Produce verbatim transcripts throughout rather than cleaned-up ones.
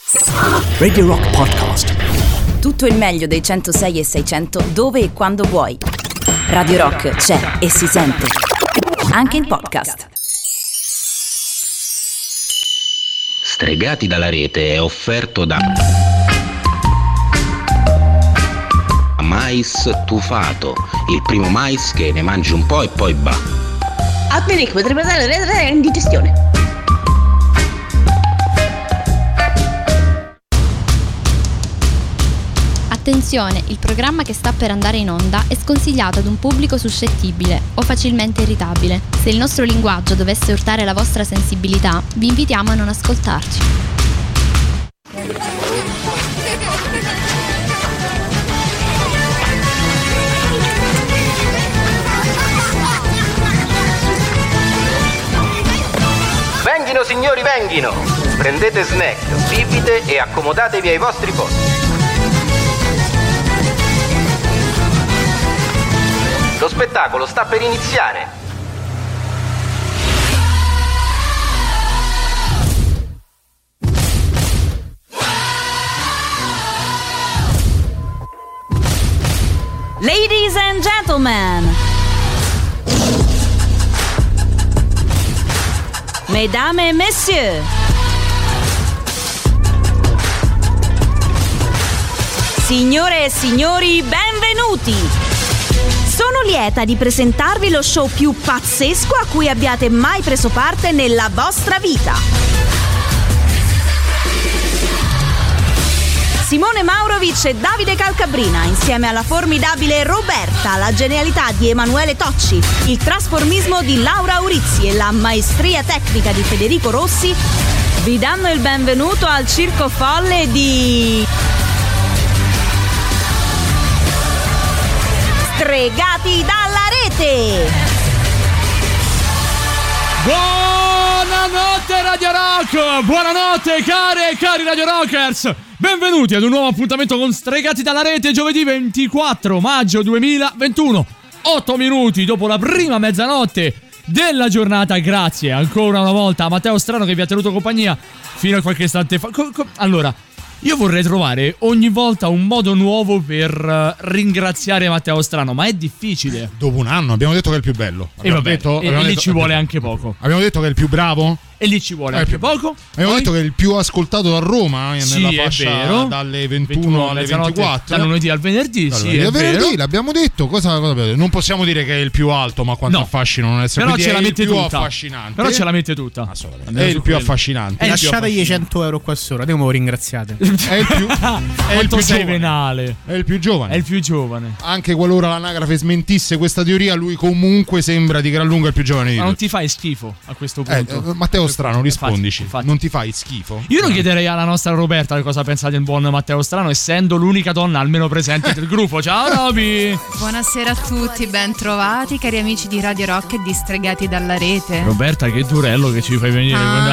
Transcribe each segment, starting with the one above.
Radio Rock Podcast. Tutto il meglio dei centosei e seicento dove e quando vuoi. Radio Rock c'è e si sente anche in podcast. Stregati dalla rete è offerto da mais tufato, il primo mais che ne mangi un po' e poi va. Appenic potrebbe dare la indigestione. Attenzione, il programma che sta per andare in onda è sconsigliato ad un pubblico suscettibile o facilmente irritabile. Se il nostro linguaggio dovesse urtare la vostra sensibilità, vi invitiamo a non ascoltarci. Venghino signori, venghino! Prendete snack, bibite e accomodatevi ai vostri posti. Lo spettacolo sta per iniziare. Ladies and gentlemen, mesdames et messieurs, signore e signori, benvenuti! Sono lieta di presentarvi lo show più pazzesco a cui abbiate mai preso parte nella vostra vita. Simone Maurovic e Davide Calcabrina, insieme alla formidabile Roberta, la genialità di Emanuele Tocci, il trasformismo di Laura Aurizzi e la maestria tecnica di Federico Rossi, vi danno il benvenuto al circo folle di... Stregati dalla rete! Buonanotte Radio Rock! Buonanotte care e cari Radio Rockers! Benvenuti ad un nuovo appuntamento con Stregati dalla rete, giovedì ventiquattro maggio duemilaventuno. otto minuti dopo la prima mezzanotte della giornata. Grazie ancora una volta a Matteo Strano che vi ha tenuto compagnia fino a qualche istante fa. Co- co- allora... Io vorrei trovare ogni volta un modo nuovo per uh, ringraziare Matteo Strano, ma è difficile. Dopo un anno abbiamo detto che è il più bello. E vabbè, detto, e, e lì ci vuole anche poco. Abbiamo detto che è il più bravo. E lì ci vuole eh, anche poco. Abbiamo Poi... detto che è il più ascoltato a Roma eh, sì, nella fascia dalle ventuno, ventuno alle ventiquattro. Dal lunedì al venerdì, dal sì, lunedì è al venerdì, vero. l'abbiamo detto. Cosa, cosa abbiamo detto? Non possiamo dire che è il più alto, ma quanto no. affascino non essere. Però ce la è mette il più tutta. affascinante. Però ce la mette tutta. È il più affascinante. E lasciategli cento euro qua sopra, come lo ringraziate. È il più è il più sei giovane. venale. È il più giovane. È il più giovane. Anche qualora l'anagrafe smentisse questa teoria, lui comunque sembra di gran lunga il più giovane di Ma tutti. non ti fai schifo a questo punto? Eh, Matteo Strano, rispondici. Infatti, infatti. Non ti fai schifo? Io non chiederei alla nostra Roberta che cosa pensa del buon Matteo Strano, essendo l'unica donna almeno presente del gruppo. Ciao Roby! Buonasera a tutti, ben trovati cari amici di Radio Rock e di Stregati dalla rete. Roberta, che durello che ci fai venire.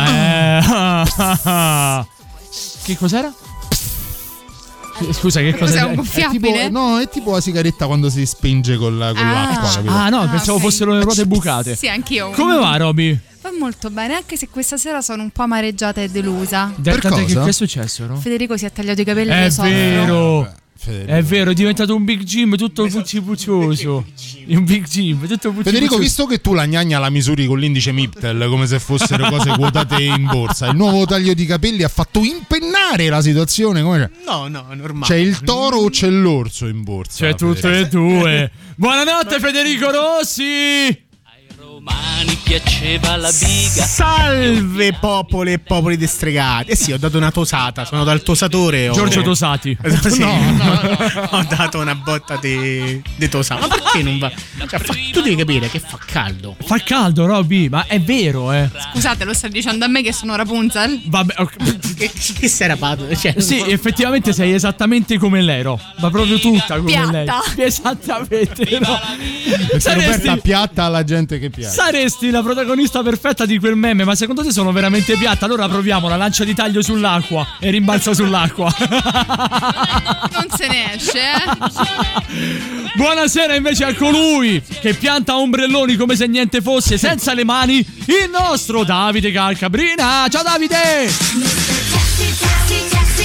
Ah. Eh. Che cos'era? Scusa, che cosa Cos'è, un è? gonfiabile? È tipo, no, è tipo la sigaretta quando si spinge con, la, con Ah. l'acqua, capito? Ah no, Ah, pensavo ok. fossero le ruote bucate. Sì, anch'io. Come va Roby? Va molto bene, anche se questa sera sono un po' amareggiata e delusa. Per Tant'è cosa? Che, che è successo? No? Federico si è tagliato i capelli. È lo soffro. vero. Federico. È vero, è diventato un big gym tutto pucci puccioso. Un big gym, tutto pucci Federico, puccioso. visto che tu la gnagna la misuri con l'indice Miptel come se fossero cose quotate in borsa, il nuovo taglio di capelli ha fatto impennare la situazione. Come No, no, è normale. c'è il toro o c'è l'orso in borsa? C'è tutte e due. Buonanotte Federico Rossi. Romani piaceva la biga. Salve popoli e popoli destregati. Eh sì, ho dato una tosata, sono dal tosatore. Giorgio ho... Tosati. Sì. No, no, no. Ho dato una botta di, di tosata. Ma perché non va? Cioè, fa... Tu devi capire che fa caldo. Fa caldo, Robby, ma è vero, eh. Scusate, lo stai dicendo a me che sono Rapunzel? Vabbè, ok. Che, che sei rapato? Cioè, Sì, effettivamente sei esattamente come lei, Ro. Ma proprio tutta come Piatta. lei. Esattamente, no. Perché Roberta piatta alla gente che piace. Saresti la protagonista perfetta di quel meme, ma secondo te sono veramente piatta? Allora proviamo la lancia di taglio sull'acqua e rimbalza sull'acqua. Non se ne esce, eh? Buonasera invece a colui che pianta ombrelloni come se niente fosse, senza le mani, il nostro Davide Calcabrina. Ciao Davide!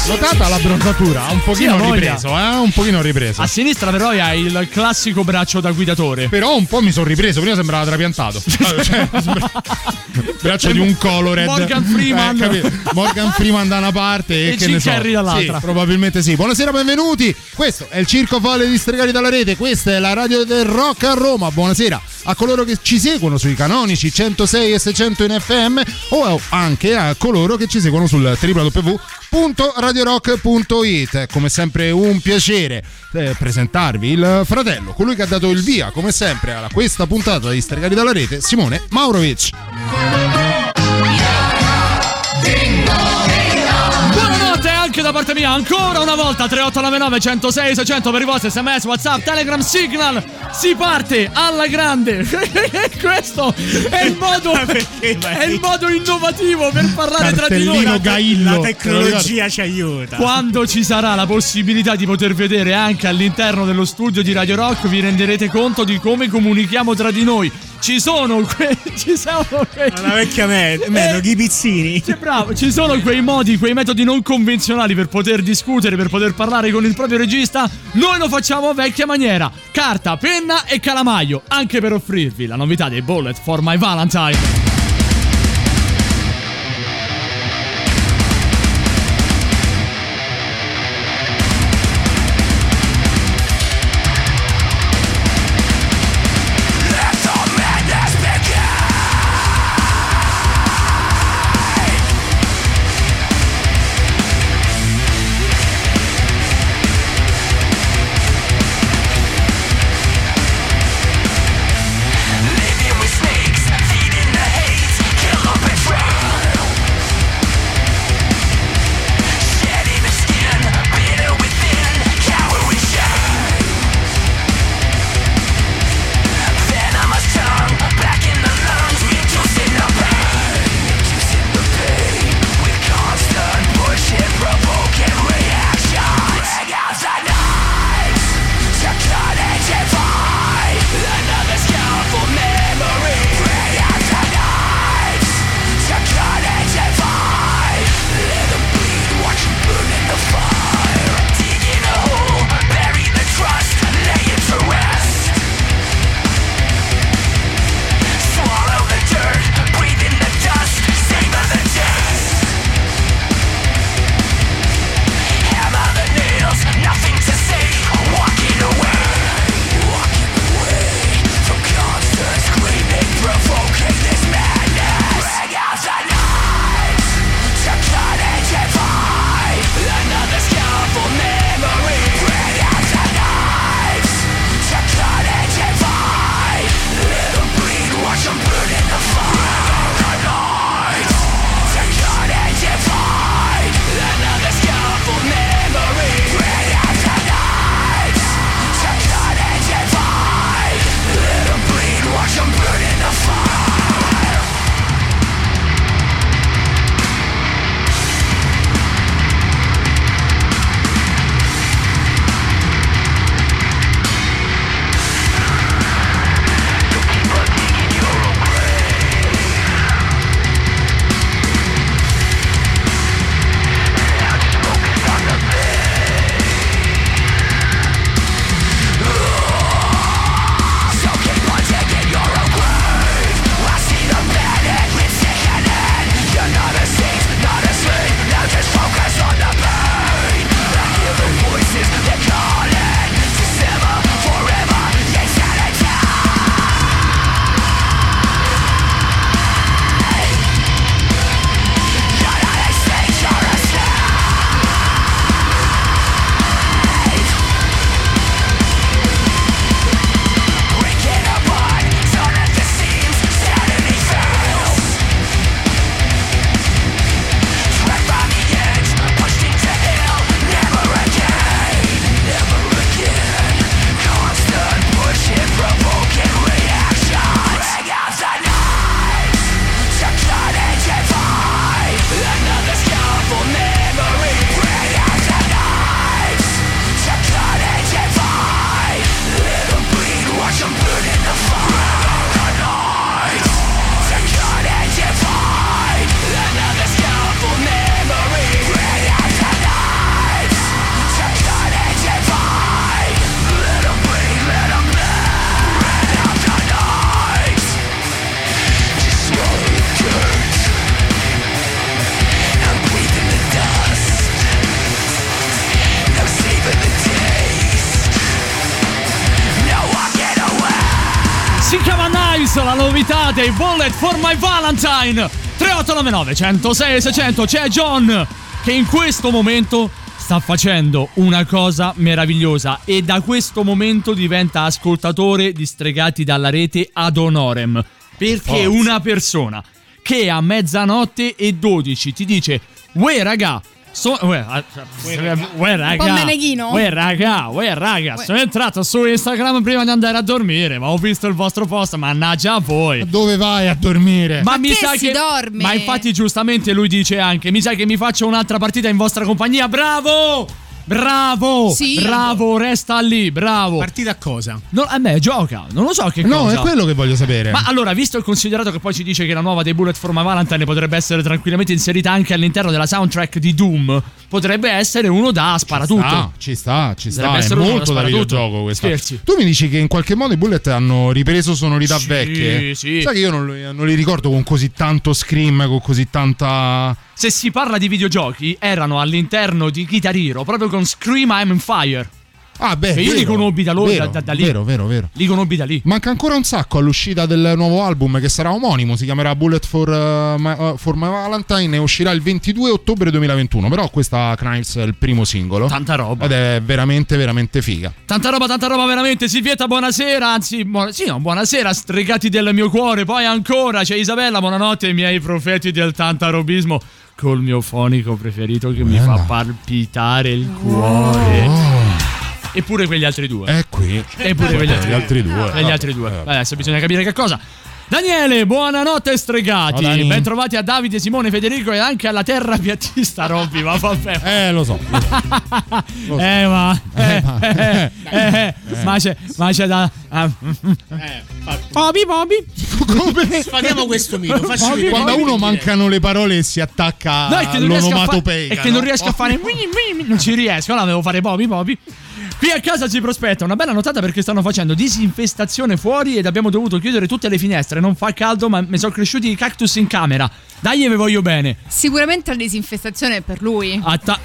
Notata la bronzatura? Un pochino Sì, ripreso, eh? Un pochino ripreso. A sinistra però hai il classico braccio da guidatore. Però un po' mi sono ripreso, prima sembrava trapiantato. Cioè, braccio di un Colored. Morgan Freeman. Eh, Morgan Freeman da una parte e, e che Jim ne so. Carrey dall'altra. Sì, probabilmente sì. Buonasera, benvenuti. Questo è il Circo Folle di Stregati dalla Rete. Questa è la radio del rock a Roma. Buonasera a coloro che ci seguono sui canonici centosei e seicento in F M o anche a coloro che ci seguono sul w w w punto radio rock punto it. Come sempre un piacere eh, presentarvi il fratello, colui che ha dato il via come sempre a questa puntata di Stregati dalla Rete, Simone Maurovic. Buonanotte anche da parte mia, ancora una volta tre otto nove nove centosei seicento per i vostri sms, WhatsApp, Telegram, Signal. Si parte alla grande. Questo è il modo è il modo innovativo per parlare tra di noi. Cartellino Gaillo. La tecnologia ci aiuta. Quando ci sarà la possibilità di poter vedere anche all'interno dello studio di Radio Rock, vi renderete conto di come comunichiamo tra di noi. Ci sono quei ci sono quei una vecchia me- metodi, i pizzini. Sì, bravo, ci sono quei modi, quei metodi non convenzionali per poter discutere, per poter parlare con il proprio regista. Noi lo facciamo a vecchia maniera: carta, penna e calamaio, anche per offrirvi la novità dei Bullet for My Valentine. Living with snakes, feeding the hate. adesso la novità dei Bullet for My Valentine. tre otto nove nove uno zero sei sei zero zero. C'è John che in questo momento sta facendo una cosa meravigliosa e da questo momento diventa ascoltatore di Stregati dalla Rete ad honorem, perché Forza. una persona che a mezzanotte e dodici ti dice uè raga, So, uè, uè, raga, Un po' meneghino. uè, raga, uè, raga, Uè. sono entrato su Instagram prima di andare a dormire, ma ho visto il vostro post, mannaggia a voi. Dove vai a dormire? Ma, Ma mi che sa si che dorme? Ma infatti giustamente lui dice anche mi sa che mi faccio un'altra partita in vostra compagnia. Bravo! Bravo! Sì. Bravo, resta lì, bravo. Partita a cosa? No, a me gioca, non lo so che No, cosa. è quello che voglio sapere. Ma allora, visto e considerato che poi ci dice che la nuova dei Bullet for My Valentine potrebbe essere tranquillamente inserita anche all'interno della soundtrack di Doom, potrebbe essere uno da sparatutto. Ah, ci sta, ci sta, Dovrebbe è essere uno molto da sparatutto. videogioco questa. Scherzi. Tu mi dici che in qualche modo i Bullet hanno ripreso sonorità Sì, vecchie? sì. Sai che io non, non li ricordo con così tanto scream, con così tanta... Se si parla di videogiochi, erano all'interno di Guitar Hero proprio con Scream I'm in Fire. Ah, beh, Che io li vero, conobbi da loro, vero, da, da lì. Vero, vero, vero. Li conobbi da lì. Manca ancora un sacco all'uscita del nuovo album che sarà omonimo, si chiamerà Bullet for, uh, My, uh, for My Valentine e uscirà il ventidue ottobre duemilaventuno. Però questa Knives è il primo singolo. Tanta roba. Ed è veramente, veramente figa. Tanta roba, tanta roba veramente. Silvietta, buonasera. Anzi, buona, sì, no, buonasera, stregati del mio cuore. Poi ancora c'è Isabella, buonanotte ai miei profeti del tantarobismo. Col mio fonico preferito che mi fa palpitare il cuore. Oh. Eppure quegli altri due. È qui. Eppure quegli altri, Gli altri due. Quegli altri due. Adesso bisogna capire che cosa. Daniele, buonanotte stregati. Ciao, Dani. Bentrovati a Davide, Simone, Federico e anche alla terra piattista Robby, ma vabbè. Eh, lo so. Lo so. Eh, ma eh, ma- eh, eh, eh, ma c'è ma c'è da ah, Eh, Bobby Bobby. Come? sfatiamo questo mito. Facci Bobby, vedere. Quando a uno mancano le parole e si attacca No, è che non riesco a fa- all'onomatopeica. è che non no? riesco a fare non ci riesco, allora devo fare Bobby Bobby. Qui a casa ci prospetta una bella notata perché stanno facendo disinfestazione fuori ed abbiamo dovuto chiudere tutte le finestre. Non fa caldo, ma mi sono cresciuti i cactus in camera. Dai, vi voglio bene. Sicuramente la disinfestazione è per lui. Atta-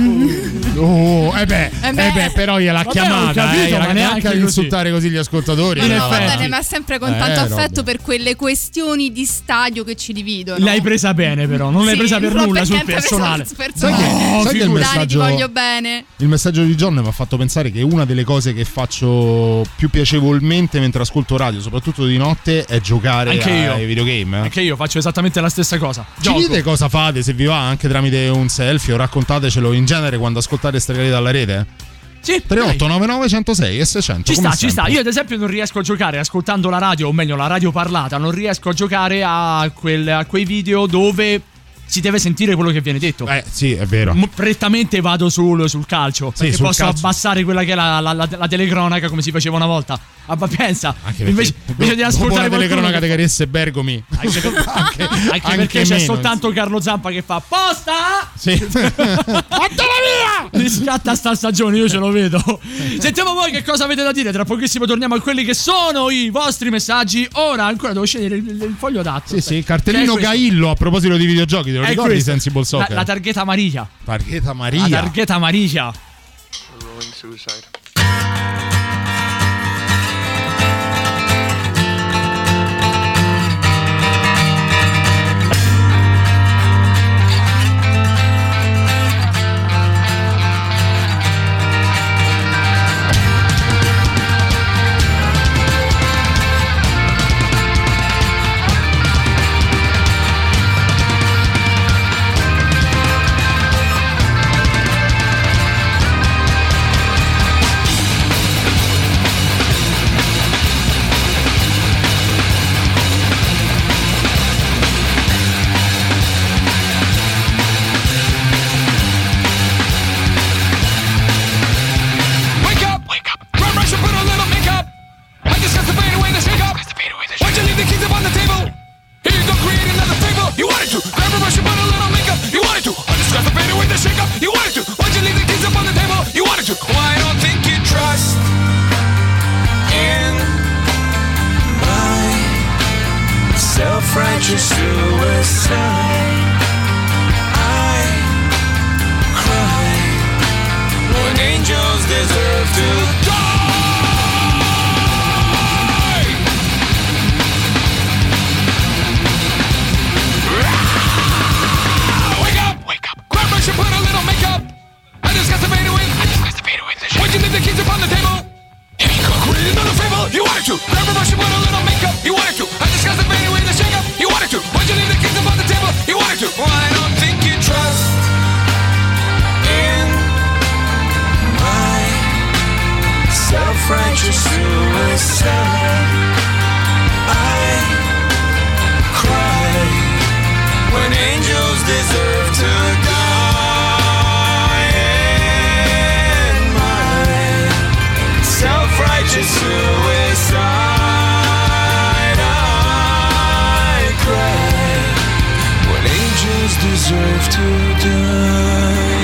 Oh, eh beh, Eh beh. eh beh, però gliel'ha Vabbè, chiamata, ho capito, eh, ma neanche neanche a così. insultare così gli ascoltatori. In no. Va effetti. bene, ma sempre con Eh, tanto Robby. affetto per quelle questioni di stadio che ci dividono. L'hai presa bene, però. Non l'hai Sì, presa per l'ho nulla sul niente presa personale. sul Sai personale. che, No, sai che il figurati. Dani, ti messaggio voglio bene. Il messaggio di John mi ha fatto pensare che una delle cose che faccio più piacevolmente mentre ascolto radio, soprattutto di notte, è giocare Anche io. ai videogame. eh. Anche io faccio esattamente la stessa cosa. Ci Gioco. dite cosa fate, se vi va, anche tramite un selfie, o raccontatecelo in genere quando ascoltate Stregati dalla Rete? Sì, tre otto dai. nove nove uno zero sei e seicento. Ci come sta, ci sta. sempre. Io ad esempio non riesco a giocare ascoltando la radio, o meglio la radio parlata, non riesco a giocare a, quel- a quei video dove si deve sentire quello che viene detto. Eh, sì, è vero. M- prettamente vado sul, sul calcio, Sì, perché sul posso calcio. abbassare quella che è la, la, la, la telecronaca come si faceva una volta. Ah, ma pensa, Anche perché invece, invece di dopo ascoltare la qualcuno telecronaca che- di Caresse e Bergomi. Anche, anche, anche perché c'è meno, soltanto Carlo Zampa che fa posta! Sì. Mi scatta sta stagione, io ce lo vedo. Sentiamo voi che cosa avete da dire. Tra pochissimo torniamo a quelli che sono i vostri messaggi. Ora ancora devo scegliere il, il foglio adatto. Sì, sì, Che è cartellino questo. Gaillo a proposito di videogiochi, te lo È ricordi questo. Sensible Soccer? La, la targhetta amariglia. Targhetta Maria. La targhetta amariglia. Wake up! Wake up! Run, rush, and put a little makeup. I discuss the fade away, the shake up. Why'd you leave the keys up on the table? Here you go, create another fable. You wanted to. Grab a brush and put a little makeup. You wanted to. I discuss the fade away, the shake up. You wanted to. Why'd you leave the keys up on the table? You wanted to. Well, I don't think you trust in my self-righteous suicide. I cry when angels deserve to die. self-righteous suicide. I cry when angels deserve to die. And my self-righteous suicide. I cry when angels deserve to die.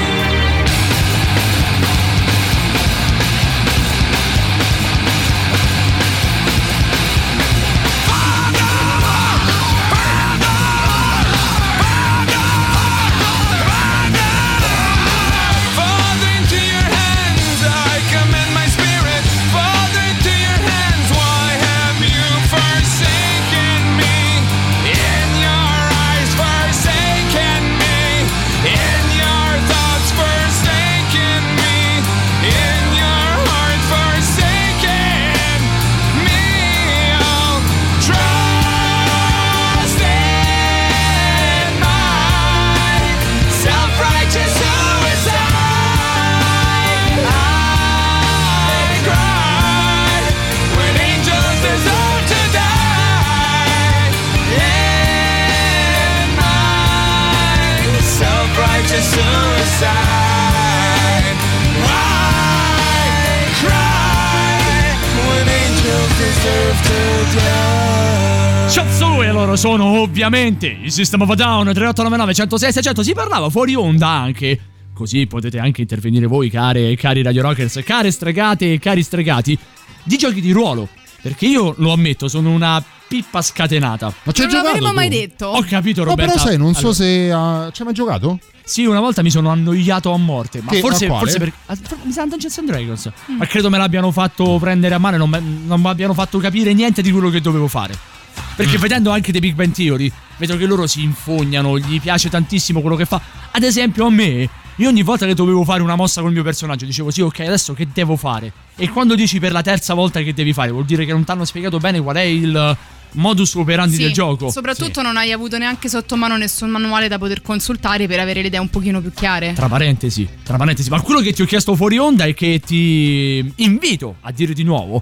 E loro sono ovviamente il System of a Down. Tre otto nove nove uno zero sei sei zero zero. Si parlava fuori onda anche, così potete anche intervenire voi, care e cari Radio Rockers, care stregate e cari stregati, di giochi di ruolo. Perché io, lo ammetto, sono una pippa scatenata. Ma ci hai non giocato l'avremmo tu? mai detto. Ho capito, No, Roberta. però sai, non so Allora, se uh, ci hai mai giocato? sì, una volta mi sono annoiato a morte. Ma Che- forse, a quale? forse per, ah, for- mi sa Dungeons and Dragons. Ma credo me l'abbiano fatto prendere a mano e non, me- non mi abbiano fatto capire niente di quello che dovevo fare. Perché vedendo anche The Big Bang Theory, vedo che loro si infognano, gli piace tantissimo quello che fa. Ad esempio a me, io ogni volta che dovevo fare una mossa col mio personaggio dicevo sì, ok, adesso che devo fare? E quando dici per la terza volta che devi fare, vuol dire che non ti hanno spiegato bene qual è il modus operandi Sì, del gioco. soprattutto Sì. non hai avuto neanche sotto mano nessun manuale da poter consultare per avere le idee un pochino più chiare. Tra parentesi, tra parentesi, ma quello che ti ho chiesto fuori onda e che ti invito a dire di nuovo: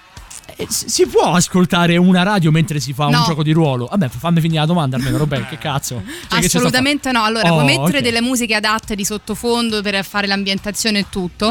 eh, si può ascoltare una radio mentre si fa No. un gioco di ruolo? Vabbè, fammi finire la domanda almeno, Roberto, che cazzo? Cioè, che ci sta a Assolutamente no. Allora, Oh, puoi mettere ok. delle musiche adatte di sottofondo per fare l'ambientazione e tutto.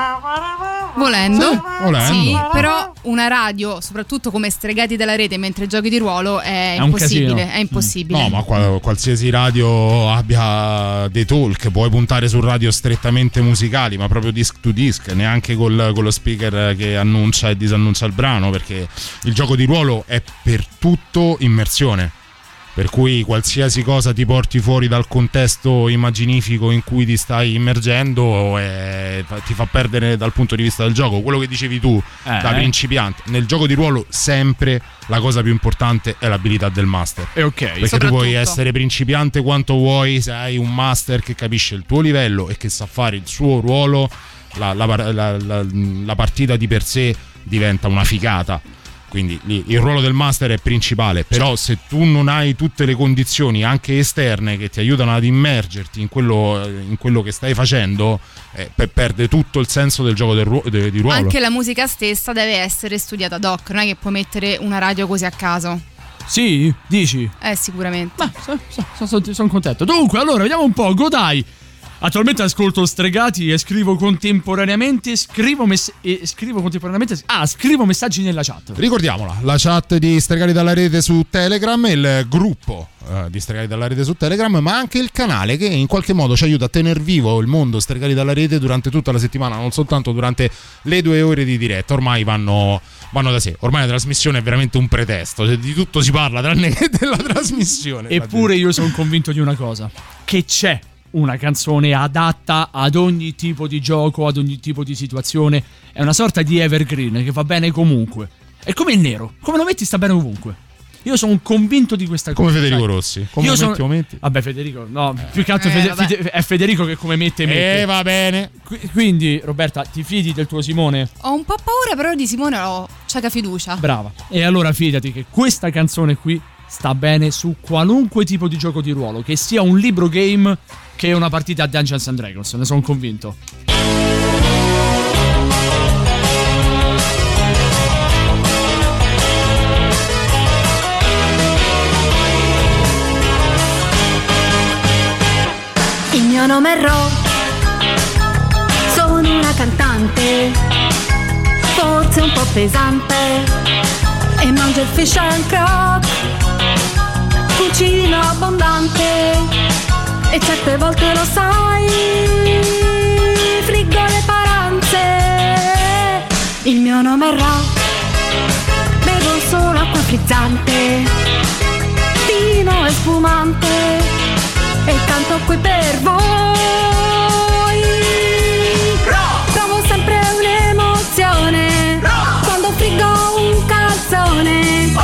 Volendo. Sì, volendo. Sì, però una radio, soprattutto come stregati dalla rete mentre giochi di ruolo, è, È un impossibile. casino. È impossibile. No, ma qual- qualsiasi radio abbia dei talk, puoi puntare su radio strettamente musicali, ma proprio disc to disc, neanche col, con lo speaker che annuncia e disannuncia il brano, perché il gioco di ruolo è per tutto immersione. Per cui qualsiasi cosa ti porti fuori dal contesto immaginifico in cui ti stai immergendo è- ti fa perdere dal punto di vista del gioco. Quello che dicevi tu Eh. da principiante, nel gioco di ruolo sempre la cosa più importante è l'abilità del master. E ok. Perché tu Soprattutto. puoi essere principiante quanto vuoi, se hai un master che capisce il tuo livello e che sa fare il suo ruolo, la, la par- la- la- la partita di per sé diventa una figata. Quindi lì il ruolo del master è principale, però se tu non hai tutte le condizioni anche esterne che ti aiutano ad immergerti in quello, in quello che stai facendo, eh, per- perde tutto il senso del gioco del ruo- de- di ruolo. Anche la musica stessa deve essere studiata ad hoc, non è che puoi mettere una radio così a caso. Sì, dici? Eh, sicuramente. Ma sono son contento. Dunque, allora, vediamo un po'. Godai. Attualmente ascolto Stregati e scrivo contemporaneamente. Scrivo, mess- e scrivo contemporaneamente. Ah, scrivo messaggi nella chat. Ricordiamola, la chat di Stregati dalla Rete su Telegram, il gruppo eh, di Stregati dalla Rete su Telegram, ma anche il canale che in qualche modo ci aiuta a tenere vivo il mondo Stregati dalla Rete durante tutta la settimana, non soltanto durante le due ore di diretta. Ormai vanno, vanno da sé, ormai la trasmissione è veramente un pretesto, cioè, di tutto si parla tranne che della trasmissione. Eppure io sono convinto di una cosa: che c'è una canzone adatta ad ogni tipo di gioco, ad ogni tipo di situazione. È una sorta di evergreen che va bene comunque. È come il nero, come lo metti sta bene ovunque. Io sono convinto di questa cosa. Come Federico sai? Rossi. Come Io lo sono... metti, lo metti? Vabbè, Federico, no, più che altro Eh, Fede- vabbè. Fede- è Federico che come mette mette. Eh, va bene. Qui- Quindi, Roberta, ti fidi del tuo Simone? Ho un po' paura, però di Simone ho ciaca fiducia. Brava. E allora fidati che questa canzone qui sta bene su qualunque tipo di gioco di ruolo, che sia un libro game che una partita a Dungeons and Dragons, ne sono convinto. nome è Ro, sono una cantante, forse un po' pesante, e mangio il fish and crock, cucino abbondante, e certe volte lo sai, friggo le paranze. Il mio nome è Ro, bevo solo acqua frizzante, vino e spumante, e canto qui per voi. Provo sempre un'emozione quando friggo un calzone.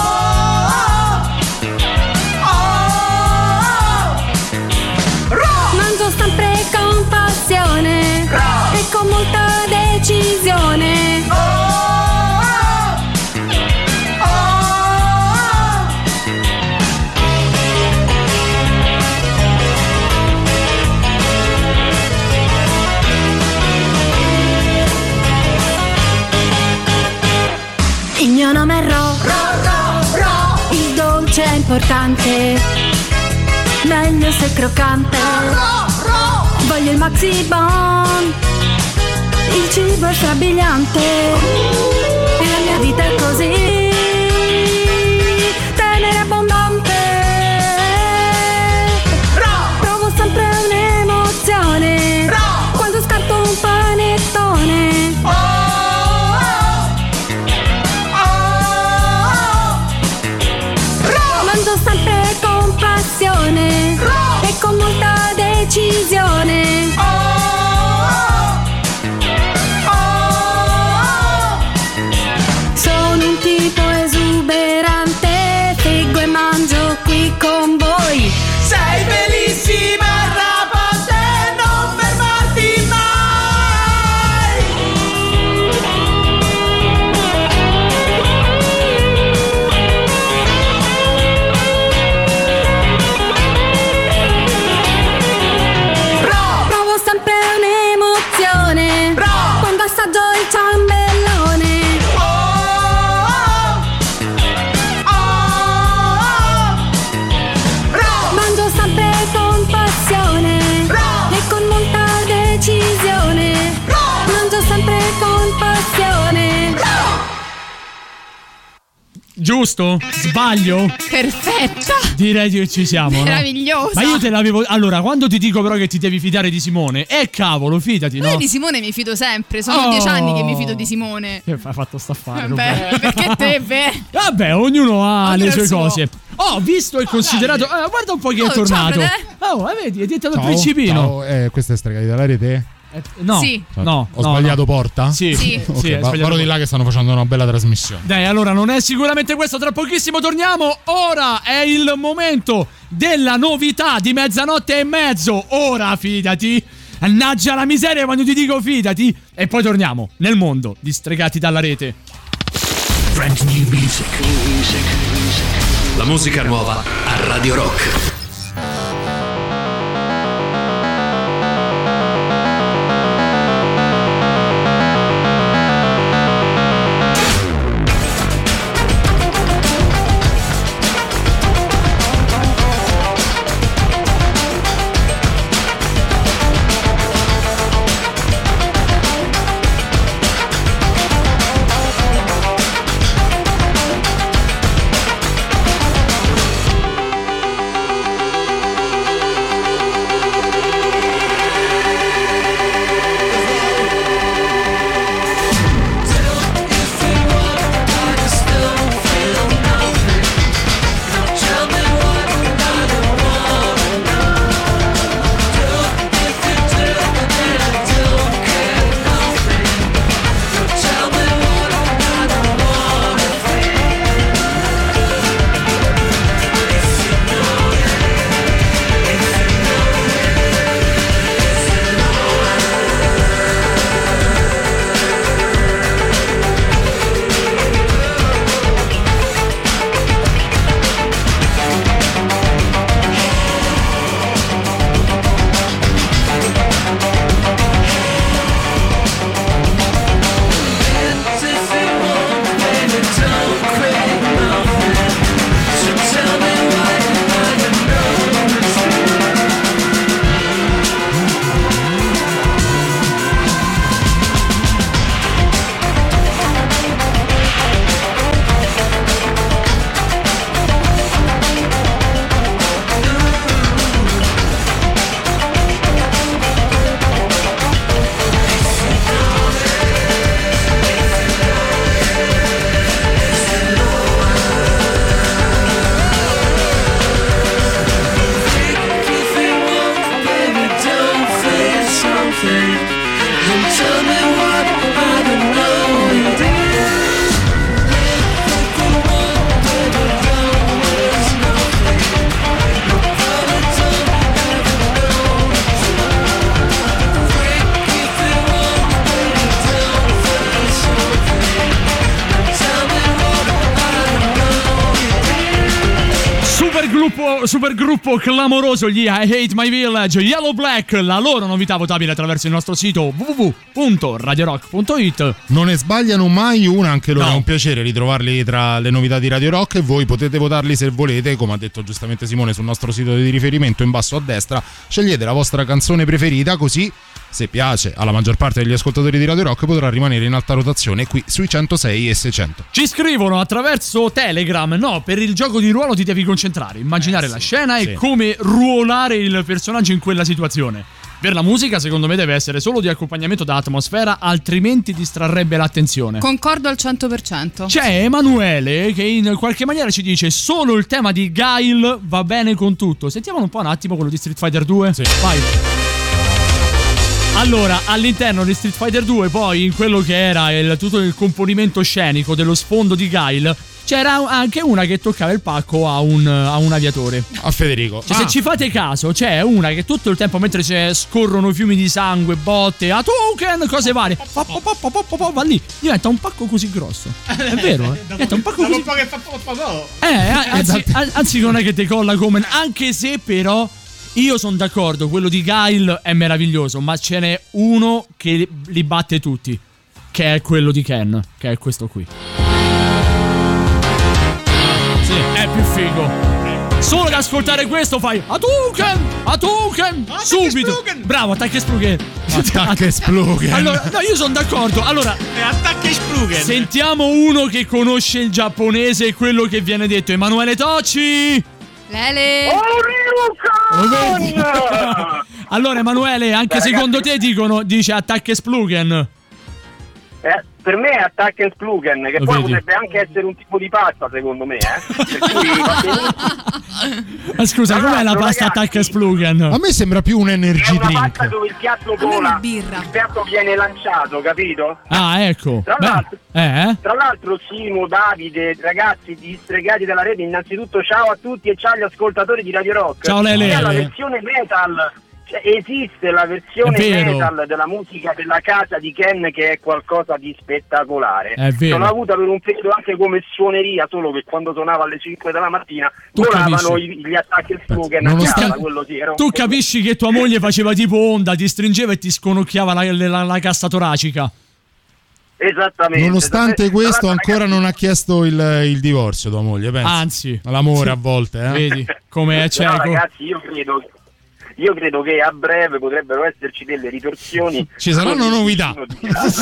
Mangio sempre con passione e con molta decisione. Il mio nome è Ro, Ro, Ro, Ro. Il dolce è importante, meglio se è croccante. Ro, Ro. Voglio il maxi bon, il cibo è strabiliante, e la mia vita è così, tenera e abbondante. Ro. Provo sempre un'emozione Ro. Quando scarto un panettone. Oh. Mangio sempre con passione Ro. E con molta decisione. Oh, oh, oh. Sono un tipo esuberante, friggo e mangio qui con voi. Sei bellissima, rapante, non fermarti mai. Quando assaggio il ciambellone. Oh, oh, oh, oh. Mangio sempre con passione Ro. E con molta decisione Ro. Mangio sempre con passione Ro. Giusto? Sbaglio? Perfetta! Direi che ci siamo, meravigliosa. No? Ma io te l'avevo. Allora, quando ti dico però che ti devi fidare di Simone, eh cavolo, fidati, Ma no? io di Simone mi fido sempre. Sono Oh. dieci anni che mi fido di Simone. Che hai fatto staffare? Vabbè, perché te, beh. Vabbè, ognuno ha Ognuno le il sue suo. cose. Oh, visto e considerato. Eh, guarda un po' chi è Oh, tornato. ciao, Oh, eh, vedi, è diventato il Ciao, principino. ciao, eh, questa è Stregati dalla Rete? Eh, no, Sì. no, Ho no, sbagliato no. porta? Sì, Sì. sì, Ok, è va- sbagliato. vado di là che stanno facendo una bella trasmissione. Dai, allora non è sicuramente questo, tra pochissimo torniamo. Ora è il momento della novità di mezzanotte e mezzo. Ora fidati. Annaggia la miseria quando ti dico fidati. E poi torniamo nel mondo di Stregati dalla Rete. Brand new music. La musica nuova a Radio Rock. tell me what I don't know you did. Super gruppo, super gruppo clamoroso, gli I Hate My Village, Yellow Black, la loro novità votabile attraverso il nostro sito w w w punto radio rock punto i t. Non ne sbagliano mai una, anche loro No. è un piacere ritrovarli tra le novità di Radio Rock, e voi potete votarli se volete, come ha detto giustamente Simone sul nostro sito di riferimento in basso a destra. Scegliete la vostra canzone preferita, così se piace alla maggior parte degli ascoltatori di Radio Rock potrà rimanere in alta rotazione qui sui centosei e seicento. Ci scrivono attraverso Telegram: no, per il gioco di ruolo ti devi concentrare, immaginare Eh, sì, la scena sì. e come ruolare il personaggio in quella situazione. Per la musica, secondo me, deve essere solo di accompagnamento da atmosfera, altrimenti distrarrebbe l'attenzione. Concordo al cento per cento. C'è Emanuele che in qualche maniera ci dice: solo il tema di Guile va bene con tutto. Sentiamolo un po' un attimo, quello di Street Fighter due. Sì. Vai. Allora, all'interno di Street Fighter due, poi in quello che era il, tutto il componimento scenico dello sfondo di Guile, c'era anche una che toccava il pacco a un, a un aviatore. A Federico. Cioè, Ah. se ci fate caso, c'è una che tutto il tempo, mentre c'è, scorrono fiumi di sangue, botte, Hadouken, cose varie, pa, pa, pa, pa, pa, pa, pa, va lì, diventa un pacco così grosso. È vero, eh? Diventa un pacco così. che fa poco. Eh, anzi, anzi, non è che ti colla come. Anche se, però, io sono d'accordo, quello di Guile è meraviglioso, ma ce n'è uno che li batte tutti, che è quello di Ken, che è questo qui. Sì, è più figo. Solo ad ascoltare questo fai Hadouken! Hadouken! Subito! Bravo, attacca e splugen. Attacca e splugen. Allora, no, io sono d'accordo. Allora, attacca e splugen. sentiamo uno che conosce il giapponese e quello che viene detto. Emanuele Tocci! Lele. Allora, Emanuele, anche Beh, secondo ragazzi, te dicono, dice attacca e splugen. Eh, per me è Attack and Splugen, che Lo poi vedi? potrebbe anche essere un tipo di pasta, secondo me, eh. Per cui va benissimo. Ma scusa, Tra com'è la l'altro, pasta ragazzi, attacca e splugen? A me sembra più un È energy una drink. pasta dove il piatto vola, il piatto viene lanciato, capito? Ah, ecco. Tra Beh, l'altro, eh? tra l'altro Simo, Davide, ragazzi di Stregati della Rete, innanzitutto ciao a tutti e ciao agli ascoltatori di Radio Rock. Ciao, Lele. C'è la versione metal, cioè, esiste la versione È vero. metal della musica della casa di Ken, che è qualcosa di spettacolare. È vero. L'ho avuta per un periodo anche come suoneria, solo che quando suonava alle cinque della mattina Tu volavano capisci? i- gli attacchi al Splugen a Nonostante- casa, quello sì, era un Tu po'- capisci che tua moglie faceva tipo onda, ti stringeva e ti sconocchiava la, la, la cassa toracica. Esattamente. Nonostante Tra questo, l'altro, ancora non ha chiesto il, il divorzio tua moglie, pensa. Anzi. L'amore a volte, eh. Vedi come è Però, cieco. ragazzi, io credo, io credo che a breve potrebbero esserci delle ritorsioni. Ci saranno Con il novità. vicino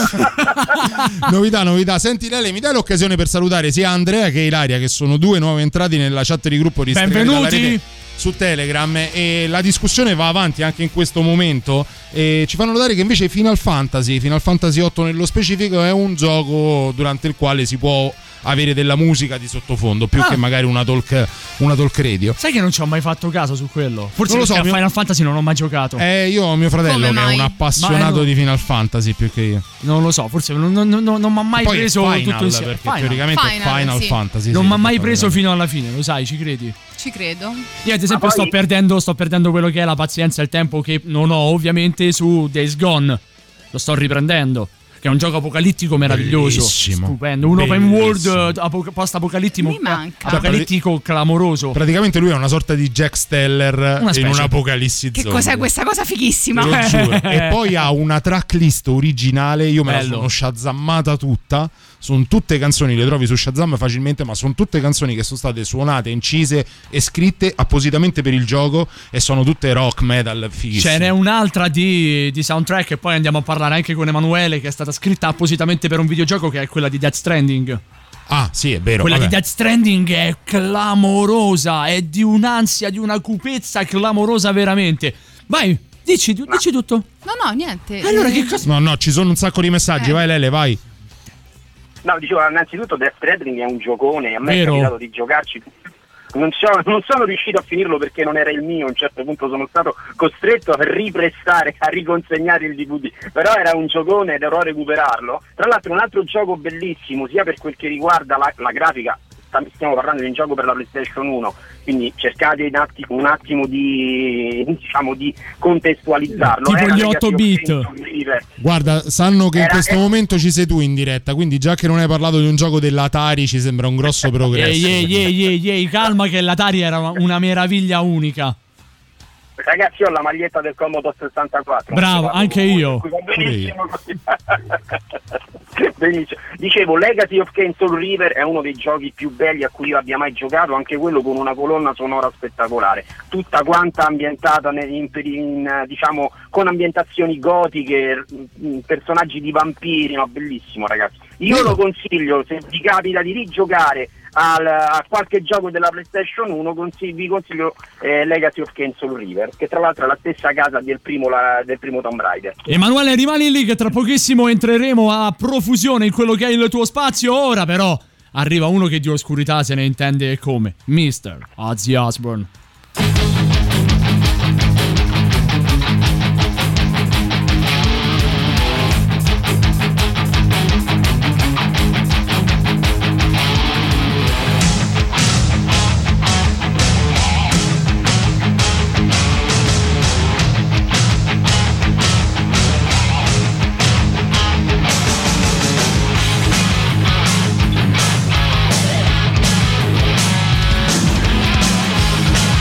di- Novità, novità. Senti Lele, mi dai l'occasione per salutare sia Andrea che Ilaria, che sono due nuovi entrati nella chat di gruppo di Stregati dalla Benvenuti. Rete su Telegram, e la discussione va avanti anche in questo momento, e ci fanno notare che invece Final Fantasy Final Fantasy otto nello specifico è un gioco durante il quale si può avere della musica di sottofondo più Ah. che magari una talk una talk radio. Sai che non ci ho mai fatto caso su quello? Forse Non lo so, perché a mio- Final Fantasy non ho mai giocato. Eh, io ho mio fratello Come che mai? è un appassionato Ma, eh, no. di Final Fantasy più che io. Non lo so, forse non, non, non, non mi ha mai Poi è preso Final, tutto insieme. perché teoricamente è Final, Final sì. Fantasy. Non sì, mi ha mai esatto, preso esatto. fino alla fine, lo sai, ci credi? Ci credo. Io ad esempio Ma sto poi- perdendo sto perdendo quello che è la pazienza e il tempo che non ho ovviamente su Days Gone. Lo sto riprendendo. Che è un gioco apocalittico meraviglioso. Bellissimo. Stupendo. Un open Bellissimo. world eh, apo- post-apocalittico. Mi manca. Apocalittico clamoroso. Praticamente lui è una sorta di Jack Steller Una in specie. un'apocalissi Che zombie. cos'è questa cosa fighissima? Te lo giuro. E poi ha una tracklist originale, io me Bello. la sono shazammata tutta. Sono tutte canzoni, le trovi su Shazam facilmente, ma sono tutte canzoni che sono state suonate, incise e scritte appositamente per il gioco, e sono tutte rock, metal, fighissime. Ce n'è un'altra di, di soundtrack, e poi andiamo a parlare anche con Emanuele, che è stata scritta appositamente per un videogioco, che è quella di Death Stranding. Ah, sì, è vero. Quella vabbè. di Death Stranding è clamorosa, è di un'ansia, di una cupezza clamorosa veramente. Vai, dici, dici tutto. No, no, niente. Allora Eh, che cosa... No, no, ci sono un sacco di messaggi, Eh. vai Lele, vai. No, dicevo, innanzitutto Death Stranding è un giocone, a me Vero. è capitato di giocarci non, so, non sono riuscito a finirlo perché non era il mio, a un certo punto sono stato costretto a riprestare, a riconsegnare il D V D, però era un giocone ed ero a recuperarlo. Tra l'altro un altro gioco bellissimo, sia per quel che riguarda la, la grafica, stiamo parlando di un gioco per la PlayStation uno, quindi cercate un attimo, un attimo di, diciamo, di contestualizzarlo. Tipo Era gli otto bit. Guarda, sanno che Era- in questo era- momento ci sei tu in diretta, quindi già che non hai parlato di un gioco dell'Atari ci sembra un grosso progresso. Ehi, ehi, ehi, ehi, ehi, calma che l'Atari era una- una meraviglia unica. Ragazzi, ho la maglietta del Commodore sessantaquattro. Bravo, anche io. Benissimo, così. Benissimo. Dicevo, Legacy of Kain Soul River è uno dei giochi più belli a cui io abbia mai giocato, anche quello con una colonna sonora spettacolare, tutta quanta ambientata nel- in, in, diciamo con ambientazioni gotiche, mh, personaggi di vampiri, no, bellissimo ragazzi. Io lo consiglio, se vi capita di rigiocare al, a qualche gioco della PlayStation uno, consigli- vi consiglio eh, Legacy of Kain Soul River, che tra l'altro è la stessa casa del primo, la, del primo Tomb Raider. Emanuele, rimani lì che tra pochissimo entreremo a profusione in quello che è il tuo spazio. Ora però arriva uno che di oscurità se ne intende e come, mister Ozzy Osbourne. We'll be right back.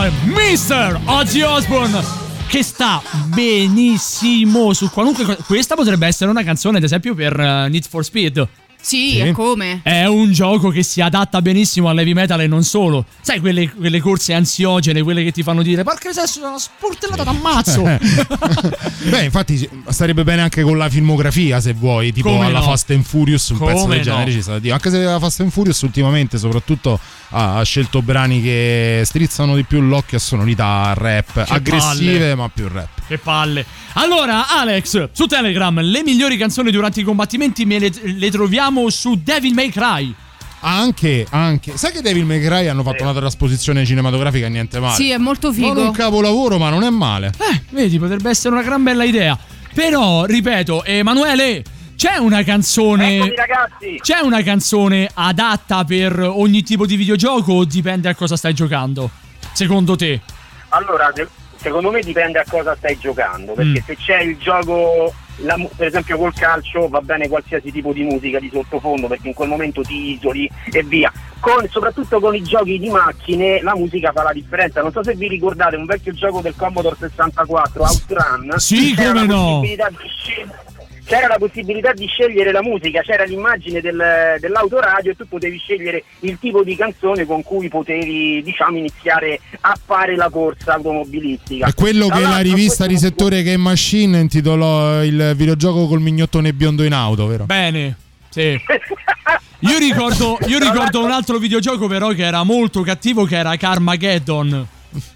con mister Ozzy Osbourne, che sta benissimo su qualunque cosa. Questa potrebbe essere una canzone, ad esempio, per uh, Need for Speed. Sì, Sì. e come? È un gioco che si adatta benissimo all'heavy metal e non solo. Sai, quelle, quelle corse ansiogene, quelle che ti fanno dire porca miseria, sono una sportellata d'ammazzo. Beh, infatti starebbe bene anche con la filmografia, se vuoi, tipo Come alla no? Fast and Furious, un Come pezzo del no? genere ci sta da dire. Anche se la Fast and Furious ultimamente soprattutto ha, ha scelto brani che strizzano di più l'occhio a sonorità rap, Che aggressive palle. ma più rap. Che palle. Allora, Alex, su Telegram, le migliori canzoni durante i combattimenti me le, le troviamo su Devil May Cry. Anche, anche. Sai che Devil May Cry hanno fatto una trasposizione cinematografica e niente male. Sì, è molto figo. Non un capolavoro, ma non è male. Eh, vedi, potrebbe essere una gran bella idea. Però, ripeto, Emanuele, c'è una canzone. Eccomi, ragazzi. C'è una canzone adatta per ogni tipo di videogioco o dipende a cosa stai giocando? Secondo te? Allora, se- secondo me dipende a cosa stai giocando, perché Mm. se c'è il gioco, la mu- per esempio col calcio, va bene qualsiasi tipo di musica di sottofondo, perché in quel momento ti isoli e via. Con, soprattutto con i giochi di macchine la musica fa la differenza. Non so se vi ricordate un vecchio gioco del Commodore sessantaquattro, Outrun. Sì, c'era come la no. possibilità di scel- C'era la possibilità di scegliere la musica, c'era l'immagine del, dell'autoradio e tu potevi scegliere il tipo di canzone con cui potevi, diciamo, iniziare a fare la corsa automobilistica. È quello Tra che la l'altro, rivista di questo- settore Game Machine intitolò il videogioco col mignottone biondo in auto, vero? Bene, sì. Io ricordo, io ricordo un altro videogioco però che era molto cattivo, che era Carmageddon.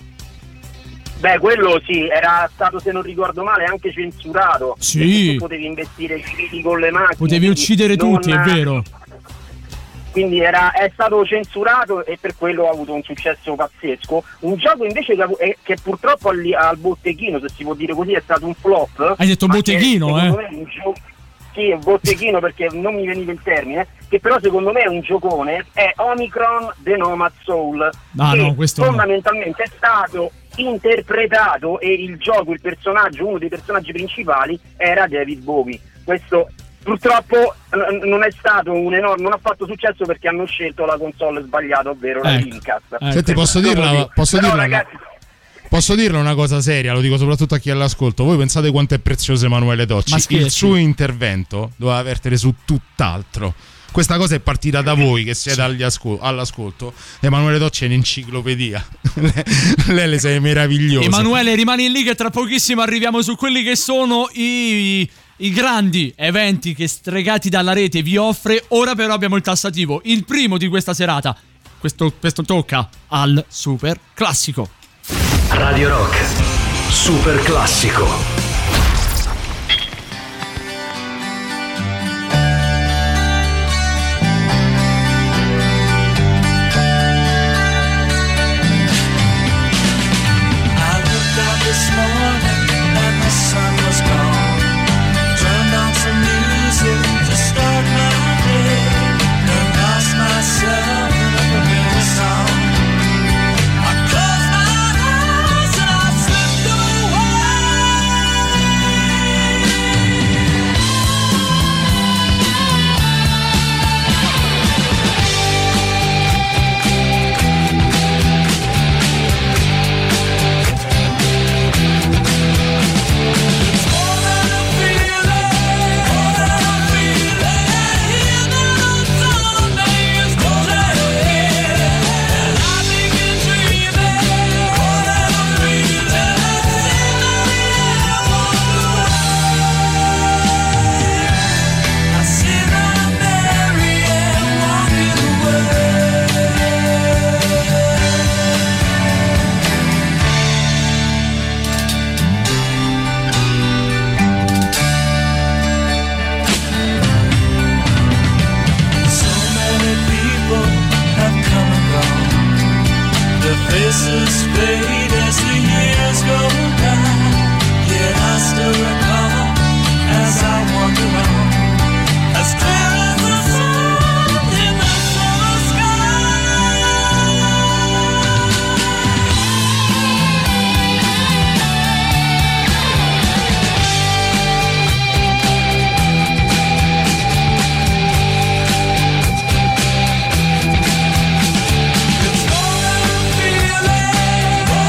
Beh, quello sì, era stato, se non ricordo male, anche censurato. Sì. Perché tu potevi investire i fili con le macchine. Potevi quindi uccidere non- tutti, è vero. Quindi era, è stato censurato e per quello ha avuto un successo pazzesco. Un gioco invece che, eh, che purtroppo al, al botteghino, se si può dire così, è stato un flop. Hai detto ma che botteghino, secondo eh? me è un gioco. Sì, un botteghino perché non mi veniva il termine, che però secondo me è un giocone, è Omicron The Nomad Soul, Ah, che no, questo no. fondamentalmente è stato interpretato e il gioco, il personaggio, uno dei personaggi principali era David Bowie. Questo purtroppo n- non è stato un enorme, non ha fatto successo perché hanno scelto la console sbagliata, ovvero la Ecco. Dreamcast. Senti, posso dirla, posso Però, dirla, ragazzi, posso dirla una cosa seria, lo dico soprattutto a chi è all'ascolto. Voi pensate quanto è prezioso Emanuele Tocci? Ma scherzi. Il suo intervento doveva vertere su tutt'altro. Questa cosa è partita da voi che siete agli ascol- all'ascolto. Emanuele Tocci è un'enciclopedia. Lei le sei meravigliosa. Emanuele, rimani lì che tra pochissimo arriviamo su quelli che sono i, i grandi eventi che Stregati dalla Rete vi offre. Ora però abbiamo il tassativo, il primo di questa serata. Questo, questo tocca al super classico. Radio Rock, super classico. faces fade as the years go by. Yet I still recall as I wander on, as clear as the sun in the summer It's more than a feeling.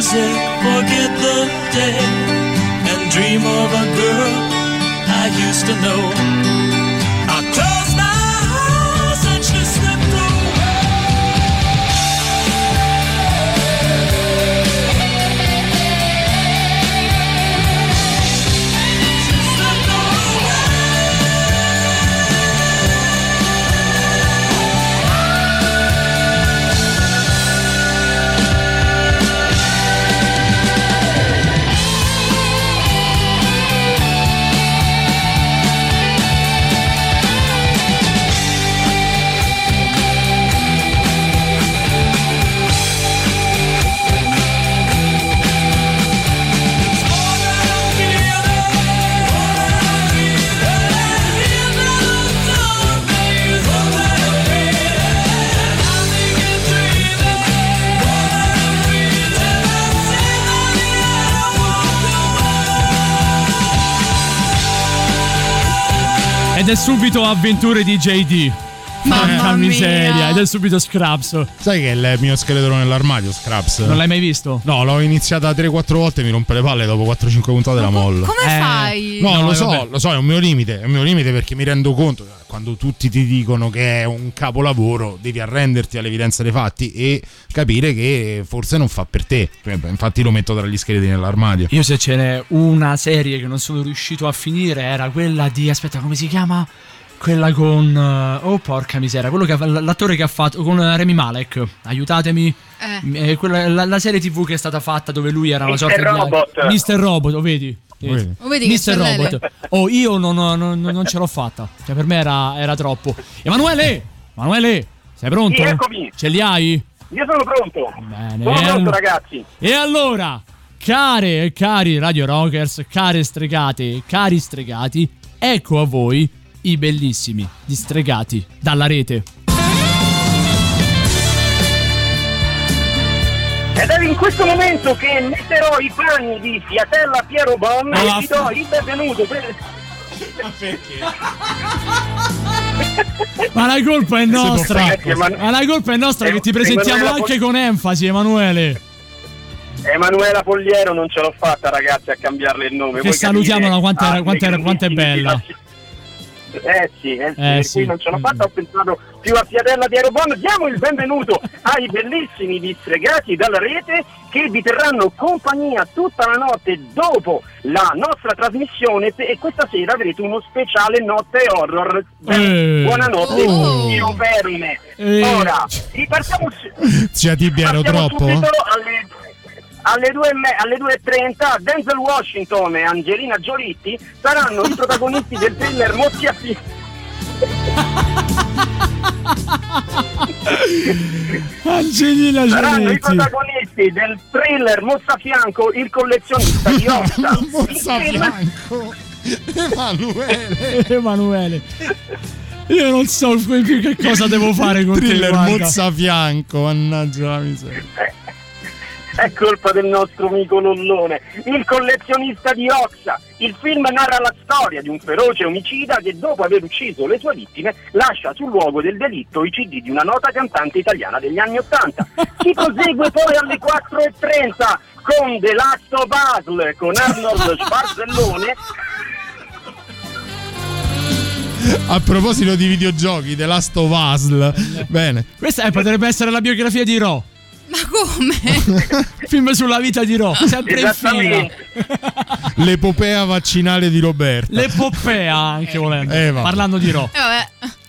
music, forget the day, and dream of a girl I used to know. I close my eyes and she slipped Ed è subito Avventure di J D. Porca miseria. Ed è subito Scrubs. Sai che è il mio scheletro nell'armadio, Scrubs? Non l'hai mai visto? No, l'ho iniziata tre quattro volte e mi rompe le palle, dopo quattro cinque puntate la mollo. Come Eh, fai? No, No, lo eh, so, vabbè. lo so, è un mio limite, è un mio limite perché mi rendo conto quando tutti ti dicono che è un capolavoro, devi arrenderti all'evidenza dei fatti e capire che forse non fa per te. Infatti lo metto tra gli scheletri nell'armadio. Io se ce n'è una serie che non sono riuscito a finire era quella di, aspetta, come si chiama? Quella con uh, oh porca miseria, quello che ha, l'attore che ha fatto con uh, Rami Malek. Aiutatemi. Eh. Eh, quella, la, la serie tivù che è stata fatta dove lui era una mister sorta Robot. di mister Robot, lo vedi? Vedi. Lo vedi che mister c'è Robot. Lele? Oh, io non, non, non, non ce l'ho fatta. Cioè, per me era, era troppo. Emanuele! Emanuele! Sei pronto? Sì, eccomi. Ce li hai? Io sono pronto. Bene. Sono E pronto, all- ragazzi. E allora, care e cari Radio Rockers, care stregate e cari stregati, ecco a voi i bellissimi distregati dalla rete. Ed è in questo momento che metterò i panni di Fiatella Piero Bon Ma e va- vi do il benvenuto per... Ma la colpa è nostra. Ragazzi, Eman- Ma la colpa è nostra Em- che ti presentiamo Emanuela anche Pol- con enfasi, Emanuele. Emanuela Pogliero non ce l'ho fatta, ragazzi, a cambiarle il nome. Che Voi salutiamola, capite? quanto era- Ah, quanto era- dei quanto è grandissimi bella. filasci- Eh sì, eh sì, Eh per sì. cui non ce l'ho fatta, ho pensato più a Fiatella Piero Bon. Diamo il benvenuto ai bellissimi distregati dalla rete che vi terranno compagnia tutta la notte dopo la nostra trasmissione e questa sera avrete uno speciale notte horror. Eh. Buonanotte, Oh. Dio verme. Eh. Ora, ripartiamo su- Zia Tibia, ero partiamo troppo? subito alle, alle due e me- alle due e trenta Denzel Washington e Angelina Giolitti saranno i protagonisti del thriller Mozziafi. Angelina Saranno i Giolitti. protagonisti del thriller Mozzafianco, il collezionista di Ossa. Mozzafianco. Emanuele. Emanuele. Io non so più che cosa devo fare con te, Thriller guarda. Mozzafianco, mannaggia la miseria. È colpa del nostro amico Lollone. Il collezionista di Ossa. Il film narra la storia di un feroce omicida che dopo aver ucciso le sue vittime lascia sul luogo del delitto i C D di una nota cantante italiana degli anni Ottanta. Si prosegue poi alle quattro e trenta con The Last of Us con Arnold Schwarzenegger. A proposito di videogiochi, The Last of Us. Bene. Questa eh, potrebbe essere la biografia di Ro. Ma come? Film sulla vita di Ro, sempre in fila. L'epopea vaccinale di Roberto. L'epopea anche volendo. Eh, vabbè. Parlando di Ro. Eh, vabbè.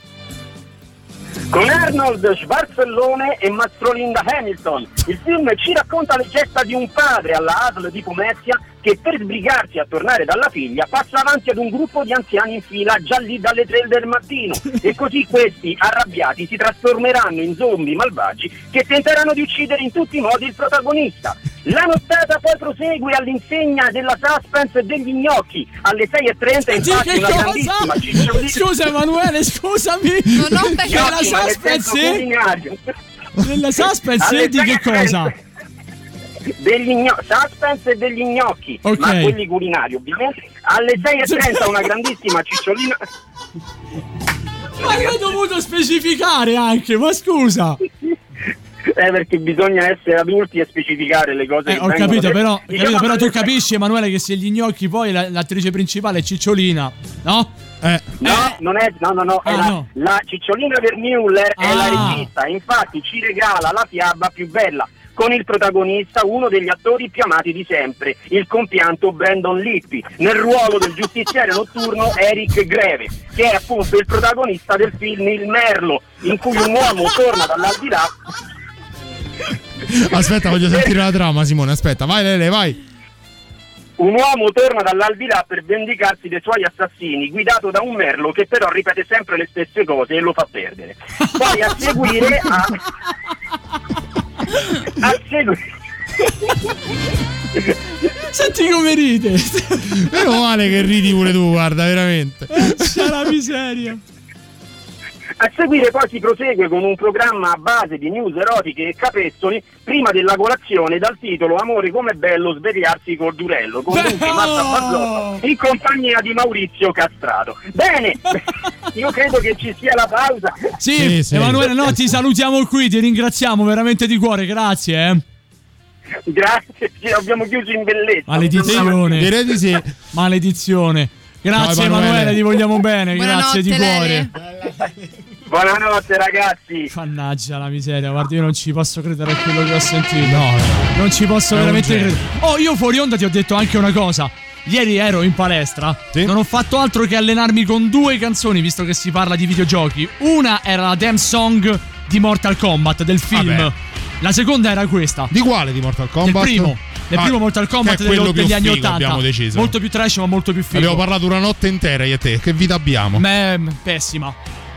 Con Arnold Schwarzenegger e Mastrolinda Hamilton. Il film ci racconta le gesta di un padre alla A S L di Pomezia che per sbrigarsi a tornare dalla figlia passa avanti ad un gruppo di anziani in fila già lì dalle tre del mattino e così questi arrabbiati si trasformeranno in zombie malvagi che tenteranno di uccidere in tutti i modi il protagonista. La nottata poi prosegue all'insegna della suspense e degli gnocchi. Alle sei e trenta infatti Che una cosa? grandissima cicciolina. Scusa Emanuele, scusami. Non ho Che la Gnocchi, ma nel senso suspense? culinario. Nella suspense Alle di che sei e cosa? trenta Degli gno- suspense e degli gnocchi, Ok. ma quelli culinari ovviamente. Alle sei e trenta una grandissima cicciolina. Ma l'hai dovuto specificare anche, ma scusa. Eh, perché bisogna essere adulti e specificare le cose. Eh, che ho vengono capito, dette. però, Diciamo, capito, però tu le- capisci, Emanuele, che se gli gnocchi poi la- l'attrice principale è Cicciolina, no? Eh. No, non è, no, no, no, è Ah, la, no. la Cicciolina Vermuller è Ah. la regista, infatti ci regala la fiaba più bella, con il protagonista uno degli attori più amati di sempre, il compianto Brandon Lippi, nel ruolo del giustiziario notturno Eric Greve, che è appunto il protagonista del film Il Merlo, in cui un uomo torna dall'aldilà. Aspetta, voglio sentire la trama, Simone. Aspetta, vai Lele, vai. Un uomo torna dall'aldilà per vendicarsi dei suoi assassini, guidato da un merlo che però ripete sempre le stesse cose e lo fa perdere. Poi a seguire a, a seguire Senti come ride. Meno male che ridi pure tu, guarda, veramente. C'è la miseria. A seguire poi si prosegue con un programma a base di news erotiche e capezzoli prima della colazione dal titolo Amore com'è bello svegliarsi col durello, con Luca Marta Bazzotto in compagnia di Maurizio Castrato. Bene, io credo che ci sia la pausa. Sì, Sì, sì. Emanuele, no, ti salutiamo qui, ti ringraziamo veramente di cuore, grazie, eh. Grazie, ci abbiamo chiuso in bellezza. Maledizione. Direi di sì. Maledizione. Grazie No, Emanuele. Emanuele, ti vogliamo bene, Buonanotte, grazie di Lele. cuore. Buonanotte ragazzi. Mannaggia la miseria, guarda, io non ci posso credere a quello che ho sentito. No, Non ci posso È un veramente genio. credere. Oh, io fuori onda ti ho detto anche una cosa. Ieri ero in palestra, Sì. non ho fatto altro che allenarmi con due canzoni, visto che si parla di videogiochi. Una era la theme song di Mortal Kombat, del film. Vabbè. La seconda era questa. Di quale di Mortal Del Kombat? primo. Del Ah, primo Mortal Kombat che è quello dello- più degli anni figo, ottanta. abbiamo deciso. Molto più trash, ma molto più figo. Abbiamo parlato una notte intera io e te. Che vita abbiamo? Beh, pessima.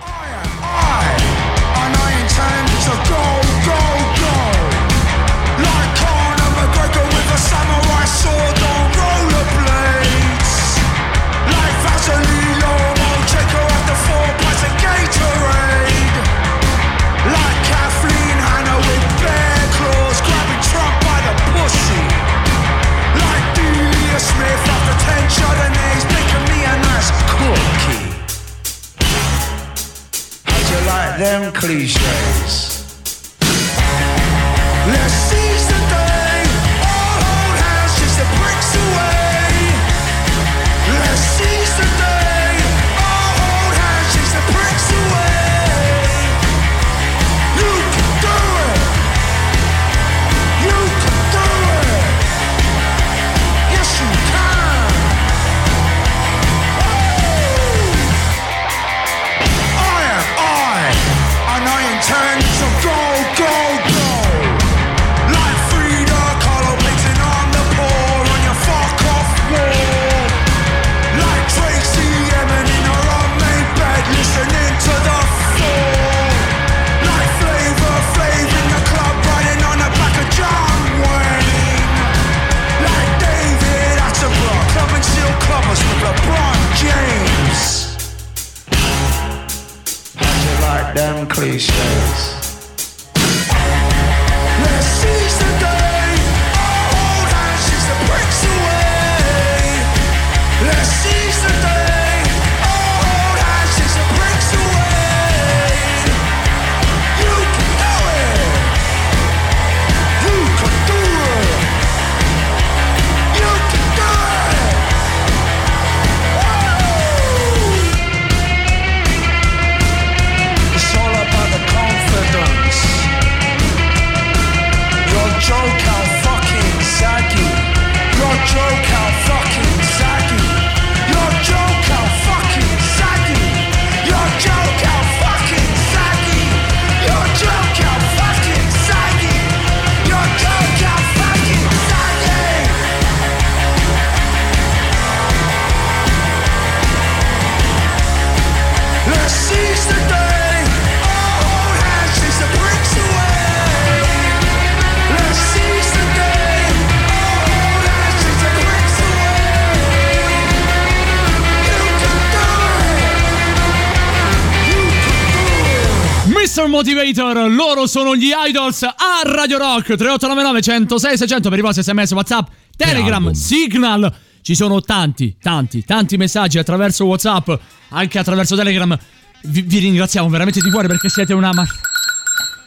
And I intend to go, go, go. Like Conor McGregor with a samurai sword on rollerblades. Like Vaseline Lomachenko at the four pints of Gatorade. Like Kathleen Hanna with bear claws grabbing Trump by the pussy. Like Delia Smith after ten Chardonnays making me a nice cookie. How'd you like them cliches? Let's seize the day, all hold hands just the bricks away. Let's seize the day, all hold hands just the bricks away. You can do it, you can do it, yes you can. I am I, and I intend to go, go, go. Like Frida Kahlo blazing on the poor on your fuck off wall. Like Tracy Emin in her unmade bed listening to the fall. Like Flavor Flav in the club riding on the back of John Wayne. Like David Attenborough clubbing steel clubbers with LeBron James. How'd you like them cliches? Let's seize the day, all hold hands just the bricks away. Let's seize the day, all hold hands just the bricks away. You can do it, you can do it, you can do it. Whoa! It's all about the confidence. Your joke how fucking saggy. Your joke how fucking saggy. Your joke how fucking saggy. Your joke how fucking saggy. Your joke how fucking saggy. Your joke how fucking saggy. Let's seize the day. All hold hands chase the bricks away. Let's seize the day. All hold hands chase the bricks away. You can do it. You can do it. mister Motivator, loro sono gli Idols a Radio Rock. Tre otto nove nove uno zero sei sei zero zero per i vostri sms, WhatsApp, Telegram, album. Signal. Ci sono tanti, tanti, tanti messaggi attraverso WhatsApp, anche attraverso Telegram. Vi, vi ringraziamo veramente di cuore perché siete una ma-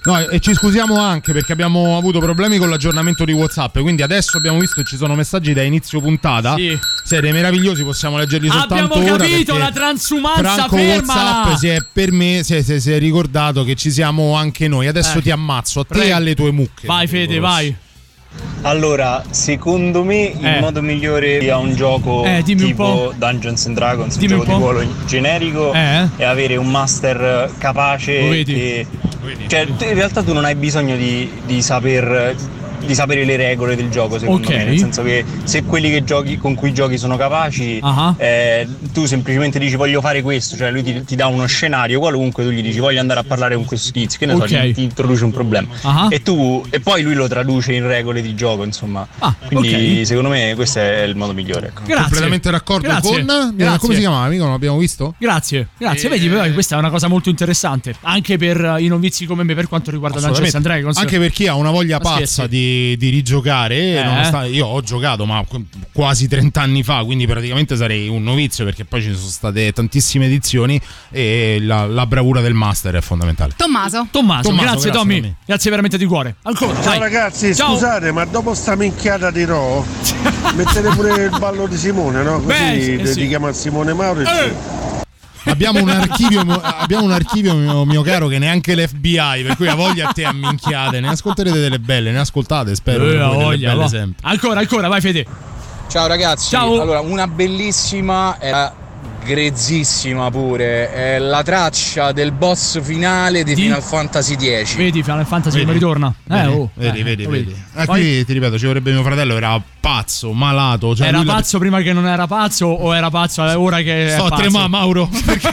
No, e ci scusiamo anche perché abbiamo avuto problemi con l'aggiornamento di WhatsApp, quindi adesso abbiamo visto che ci sono messaggi da inizio puntata. Sì. Siete meravigliosi, possiamo leggerli soltanto Abbiamo ora. capito la transumanza, Franco fermala. WhatsApp si è per me si è, si è- si è ricordato che ci siamo anche noi. Adesso Eh. ti ammazzo a te Prego. e alle tue mucche. Vai Fede, vai. Allora, secondo me il Eh. modo migliore a un gioco Eh, dimmi un tipo po'. Dungeons and Dragons, un Dimmi gioco un di po'. ruolo generico, Eh. è avere un master capace. Lo vedi? E, cioè, te- in realtà tu non hai bisogno di, di saper di sapere le regole del gioco, secondo Ok. me, nel senso che se quelli che giochi con cui giochi sono capaci, Ah. eh, tu semplicemente dici voglio fare questo, cioè lui ti, ti dà uno scenario qualunque, tu gli dici voglio andare a parlare con questo tizio, che ne so, Ok. ti, ti introduce un problema. Ah. E tu e poi lui lo traduce in regole di gioco, insomma. Ah, Quindi ok. secondo me questo è il modo migliore, ecco. Grazie. Completamente d'accordo Grazie. con Grazie. come si chiamava, amico? Non l'abbiamo visto? Grazie, grazie. Eh. Vedi, però questa è una cosa molto interessante anche per eh, i novizi come me per quanto riguarda Dungeons and Dragons. Anche per chi ha una voglia Ma pazza scherzi. di, di rigiocare. Eh. nonostante- io ho giocato, ma qu- quasi trenta anni fa, quindi praticamente sarei un novizio perché poi ci sono state tantissime edizioni e la, la bravura del master è fondamentale. Tommaso. Tommaso, Tommaso, grazie, grazie, Tommy. Tommy. Grazie veramente di cuore. Ancora. Ciao vai. ragazzi, Ciao. scusate, ma dopo sta minchiata di Ro mettete pure il ballo di Simone, no? Così Beh, sì, ti sì. chiama Simone Mauro e Eh. Abbiamo un archivio, mio- abbiamo un archivio mio, mio caro, che neanche l'F B I, per cui ha voglia a te a minchiate. Ne ascolterete delle belle, ne ascoltate, spero. Eh, per ha voi delle voglia, belle va. sempre. Ancora, ancora, vai Fede. Ciao ragazzi, Ciao. allora una bellissima, era grezzissima pure, è la traccia del boss finale di, Di? Final Fantasy dieci. Vedi Final Fantasy Vedi? come ritorna? Eh, Vedi, oh. vedi, Eh, vedi, lo vedi. vedi. Ah, Poi- qui ti ripeto, ci vorrebbe mio fratello, era pazzo, malato. Cioè era lui la- pazzo prima che non era pazzo o era pazzo ora che è Sto a pazzo? tremare, Mauro.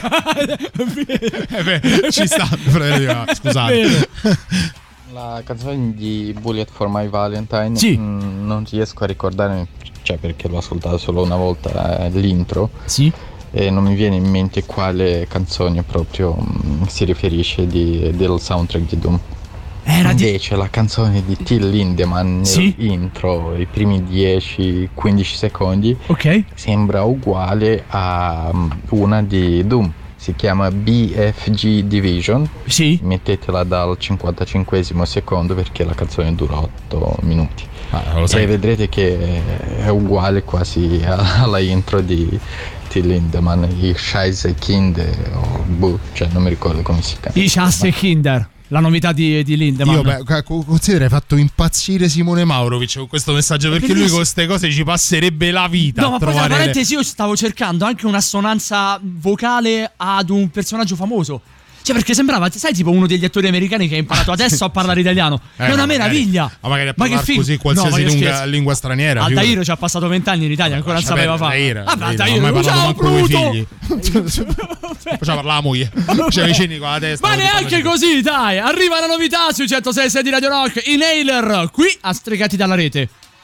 Eh beh, ci sta, mio fratello, scusate. Vero. La canzone di Bullet for My Valentine, Sì. mh, non riesco a ricordarmi, cioè perché l'ho ascoltata solo una volta, eh, l'intro. Sì. E non mi viene in mente quale canzone proprio mh, si riferisce di- del soundtrack di Doom. Era di- Invece la canzone di Till Lindemann Sì. nell'intro, i primi dieci quindici secondi, Ok. sembra uguale a mh, una di Doom. Si chiama B F G Division. Sì. Mettetela dal cinquantacinquesimo secondo perché la canzone dura otto minuti. Ah, lo sai. E vedrete che è uguale quasi alla intro di Till Lindemann, i Scheisse Kind o boh, cioè non mi ricordo come si chiama. I Chaste Kinder, la novità di, di Lindemann. Io beh, ca- considera, hai fatto impazzire Simone Maurovic con questo messaggio, perché lui bellissimo. con queste cose ci passerebbe la vita No, a ma poi tra trovare le- parentesi io stavo cercando anche un'assonanza vocale ad un personaggio famoso. Cioè, perché sembrava, sai, tipo uno degli attori americani che ha imparato adesso a parlare italiano. Eh, è una ma magari- meraviglia. ma magari a Ma che parlare figo. così qualsiasi No, ma che lunga- scherzo. lingua straniera, Altair figurati. ci ha passato vent'anni in Italia, ancora non sapeva fare. Altair, Ah, ma Altair, Altair, non ho mai parlato ciao manco coi Pluto. figli. Faceva parlare la moglie. C'è vicini con la testa. Ma non ti neanche parla così, dai. Arriva la novità sui centosei e sei di Radio Rock. I Nailer, qui a Stregati dalla Rete.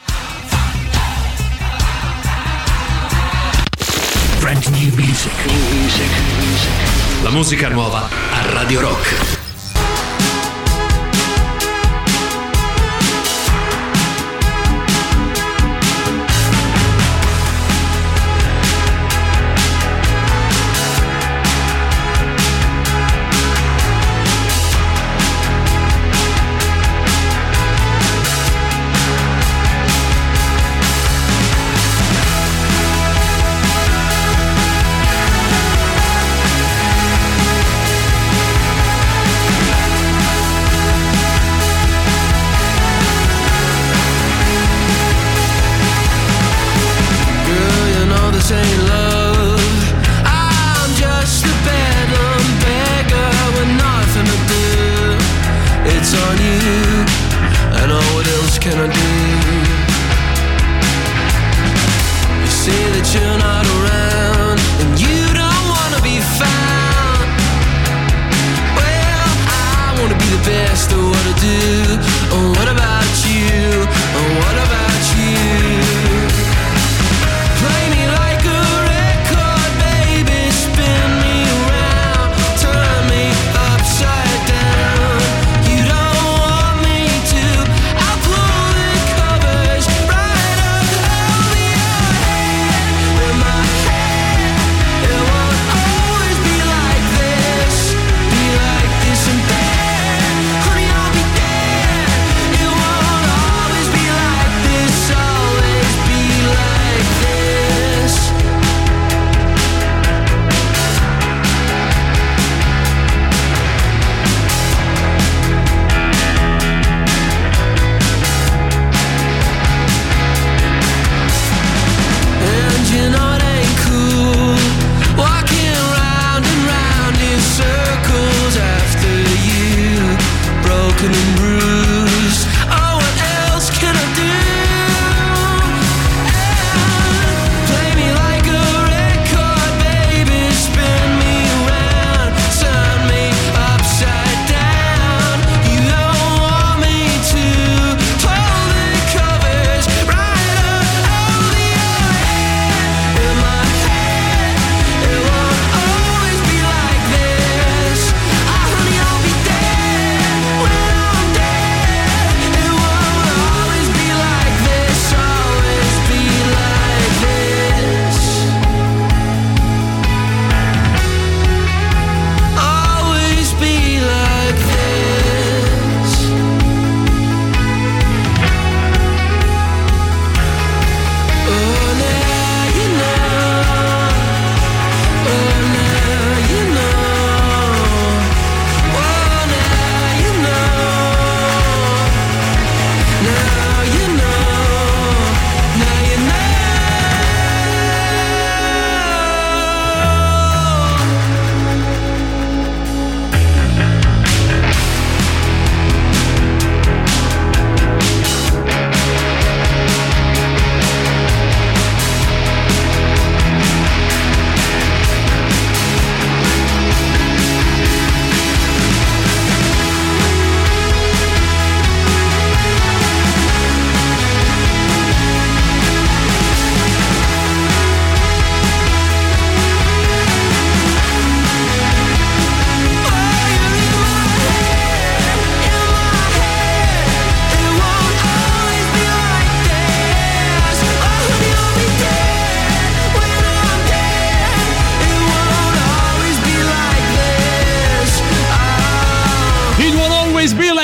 Brand new music. New music. La musica nuova a Radio Rock. Thank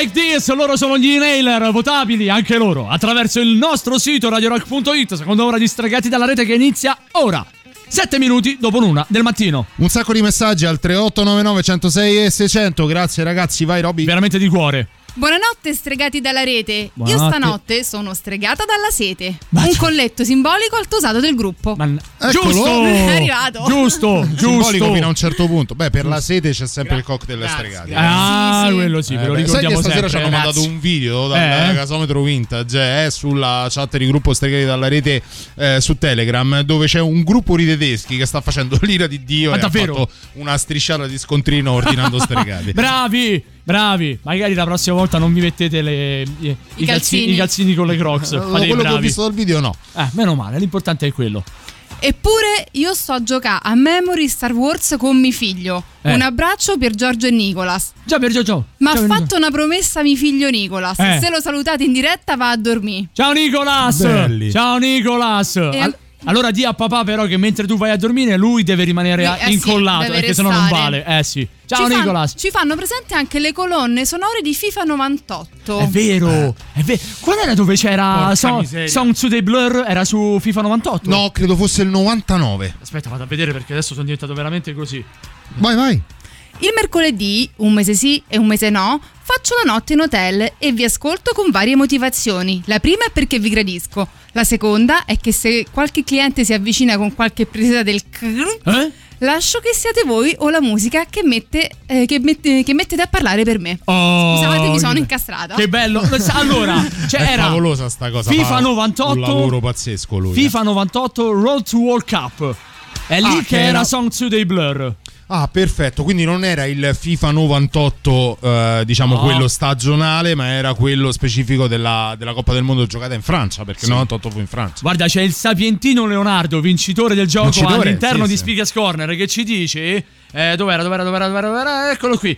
Like This, loro sono gli Inhaler, votabili anche loro attraverso il nostro sito radio rock punto it, seconda ora di Stregati dalla Rete che inizia ora. Sette minuti dopo l'una del mattino. Un sacco di messaggi al tre otto nove nove uno zero sei e seicento. Grazie ragazzi, vai Roby. Veramente di cuore. Buonanotte stregati dalla rete. Buonanotte. Io stanotte sono stregata dalla sete. Ma Un c- colletto simbolico al tosato del gruppo. Ma Giusto! È arrivato. Giusto, Simbolico giusto. fino a un certo punto. Beh, per la sete c'è sempre il cocktail delle stregati. Ah, Sì, sì. quello sì, Eh, ve lo beh, sai che ricordiamo stasera sempre. ci hanno mandato ragazzi. un video dal Eh? gasometro vintage eh, sulla chat di gruppo Stregati dalla Rete eh, su Telegram, dove c'è un gruppo di tedeschi che sta facendo l'ira di Dio. Ma e davvero? ha fatto una strisciata di scontrino ordinando stregati. Bravi, bravi. Magari la prossima volta non vi mettete le, i, i, calzini. calzini. i calzini con le Crocs. Eh, Fate i quello che ho bravi. visto dal video no. Eh, meno male, l'importante è quello. Eppure io sto a giocare a Memory Star Wars con mio figlio. Eh. Un abbraccio per Giorgio e Nicolas. Già per Giorgio. Ma ha Ciao, fatto una promessa a mio figlio Nicolas. Eh. Se lo salutate in diretta va a dormire. Ciao Nicolas. Belli. Ciao Nicolas. Al- allora di a papà però che mentre tu vai a dormire lui deve rimanere Eh, sì, incollato deve perché sennò non restare. vale. Eh sì. Ciao ci fanno- Nicolas. ci fanno presente anche le colonne sonore di FIFA novantotto. È vero, è vero. Qual era dove c'era Porca so- miseria. Song to the Blur? Era su FIFA novantotto? No, credo fosse il novantanove. Aspetta, vado a vedere perché adesso sono diventato veramente così. Vai, vai. Il mercoledì, un mese sì e un mese no, faccio la notte in hotel e vi ascolto con varie motivazioni. La prima è perché vi gradisco. La seconda è che se qualche cliente si avvicina con qualche presa del crrr, Eh? lascio che siate voi o la musica che, mette, eh, che, mette- che mettete a parlare per me. Oh, Scusate, mi sono che- incastrata. Che bello. Allora, cioè È era favolosa sta cosa. FIFA fa novantotto. Un lavoro pazzesco lui. FIFA novantotto Road to World Cup. È lì Ah, che che era era- Song to the Blur. Ah, perfetto. Quindi non era il FIFA novantotto, eh, diciamo No. quello stagionale, ma era quello specifico della, della Coppa del Mondo giocata in Francia. Perché il novantotto fu in Francia. Guarda, c'è il sapientino Leonardo, vincitore del gioco Vincitore, all'interno sì, di sì. Speakers Corner, che ci dice. Eh, dov'era, dov'era, dov'era, dov'era, dov'era? Eccolo qui.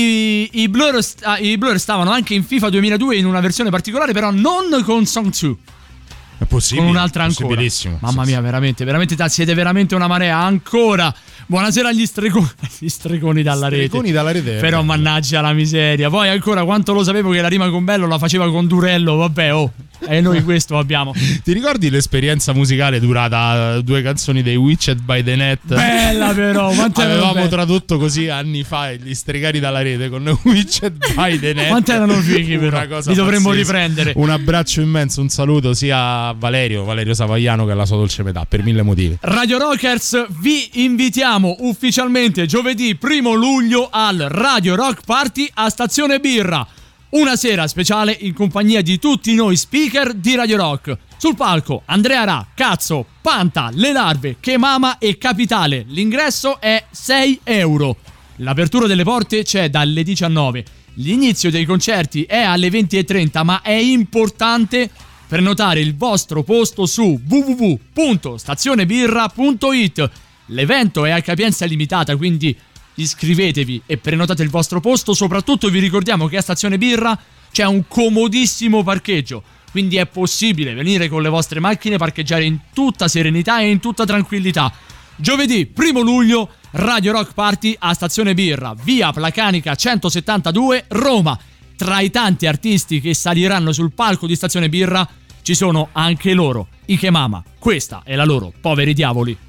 I, i, Blur st- ah, I Blur stavano anche in FIFA duemiladue in una versione particolare, però non con Song due. È possibile. Con un'altra ancora. Possibilissimo. Mamma Sì, mia, sì. veramente, veramente, ta- siete veramente una marea. Ancora. Buonasera agli stregoni, gli stregoni dalla Stregoni rete. dalla rete. Però mannaggia la miseria. Poi ancora quanto lo sapevo che la rima con bello la faceva con Durello. Vabbè, oh. E noi questo abbiamo. Ti ricordi l'esperienza musicale durata due canzoni dei Witched by the Net? Bella però. quante erano Avevamo belle. tradotto così anni fa gli stregati dalla rete con Witched by the Net. Quanto erano fighi però. Una cosa Li dovremmo pazzesca. riprendere. Un abbraccio immenso, un saluto sia a Valerio, Valerio Savagliano, che è la sua dolce metà, per mille motivi. Radio Rockers, vi invitiamo ufficialmente giovedì primo luglio al Radio Rock Party a Stazione Birra. Una sera speciale in compagnia di tutti noi speaker di Radio Rock. Sul palco Andrea Ra, Cazzo, Panta, Le Larve, Che Mama e Capitale. L'ingresso è sei euro. L'apertura delle porte c'è dalle diciannove. L'inizio dei concerti è alle venti e trenta, ma è importante prenotare il vostro posto su w w w punto stazionebirra punto it. L'evento è a capienza limitata, quindi iscrivetevi e prenotate il vostro posto. Soprattutto vi ricordiamo che a Stazione Birra c'è un comodissimo parcheggio, quindi è possibile venire con le vostre macchine, parcheggiare in tutta serenità e in tutta tranquillità. Giovedì primo luglio, Radio Rock Party a Stazione Birra, via Placanica centosettantadue, Roma. Tra i tanti artisti che saliranno sul palco di Stazione Birra ci sono anche loro, i Che Mama. Questa è la loro Poveri Diavoli.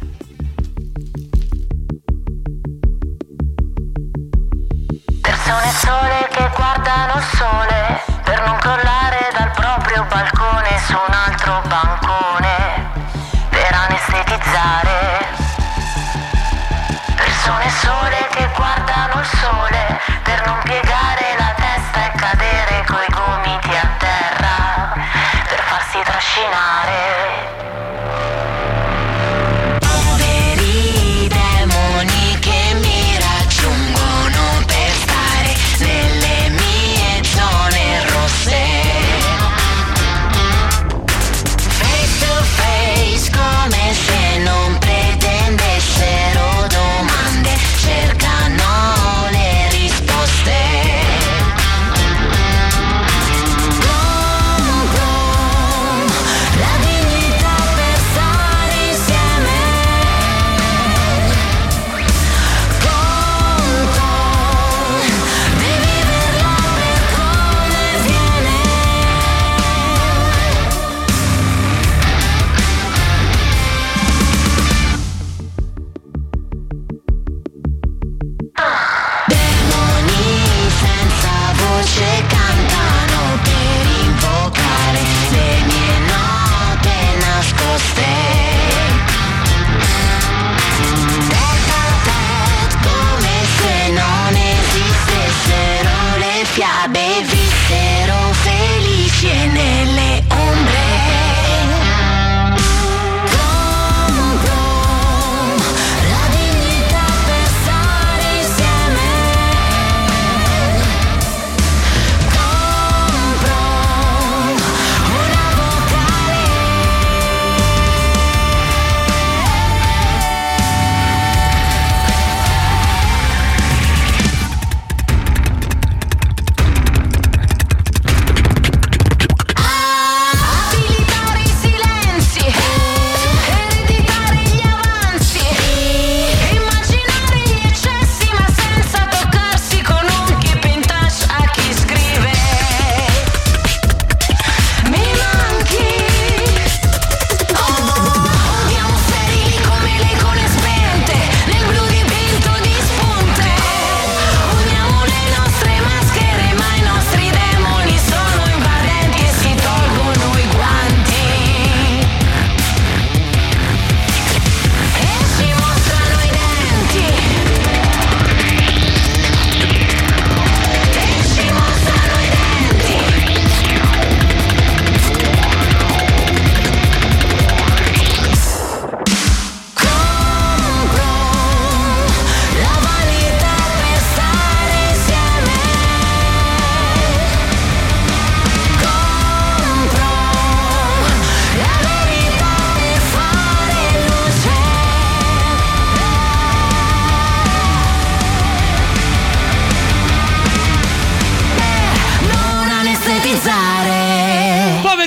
Persone sole che guardano il sole per non crollare dal proprio balcone su un altro bancone per anestetizzare. Persone sole che guardano il sole per non piegare la testa e cadere coi gomiti a terra per farsi trascinare. Poveri demoni che mi raggiungono per stare nelle mie zone rosse. Face to face come se non pretendessero domande, cercano le risposte. Grom, grom, la dignità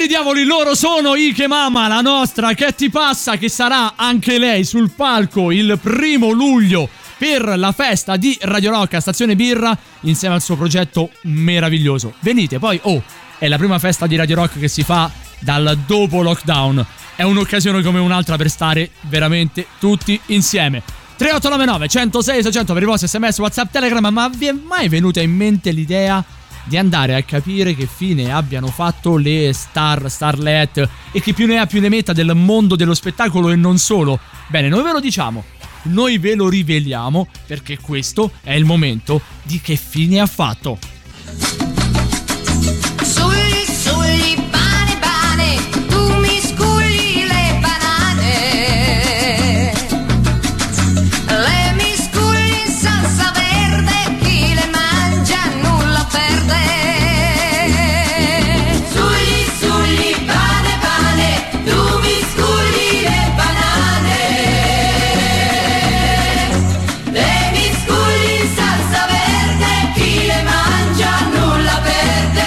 Sì, diavoli, loro sono Ike Mama, la nostra Che ti passa, che sarà anche lei sul palco il primo luglio per la festa di Radio Rock a Stazione Birra insieme al suo progetto meraviglioso. Venite, poi, oh, è la prima festa di Radio Rock che si fa dal dopo lockdown. È un'occasione come un'altra per stare veramente tutti insieme. tre otto nove nove, centosei, seicento per i vostri sms, WhatsApp, Telegram. Ma vi è mai venuta in mente l'idea di andare a capire che fine abbiano fatto le star, starlet e chi più ne ha più ne metta del mondo dello spettacolo e non solo? Bene, noi ve lo diciamo, noi ve lo riveliamo, perché questo è il momento di Che fine ha fatto. Sugli, sugli, pane, pane, tu mi scugli le banane. Le mi scugli in salsa verde, chi le mangia nulla perde. Sugli, sugli, pane, pane, tu mi scugli le banane. Le mi scugli in salsa verde, chi le mangia nulla perde.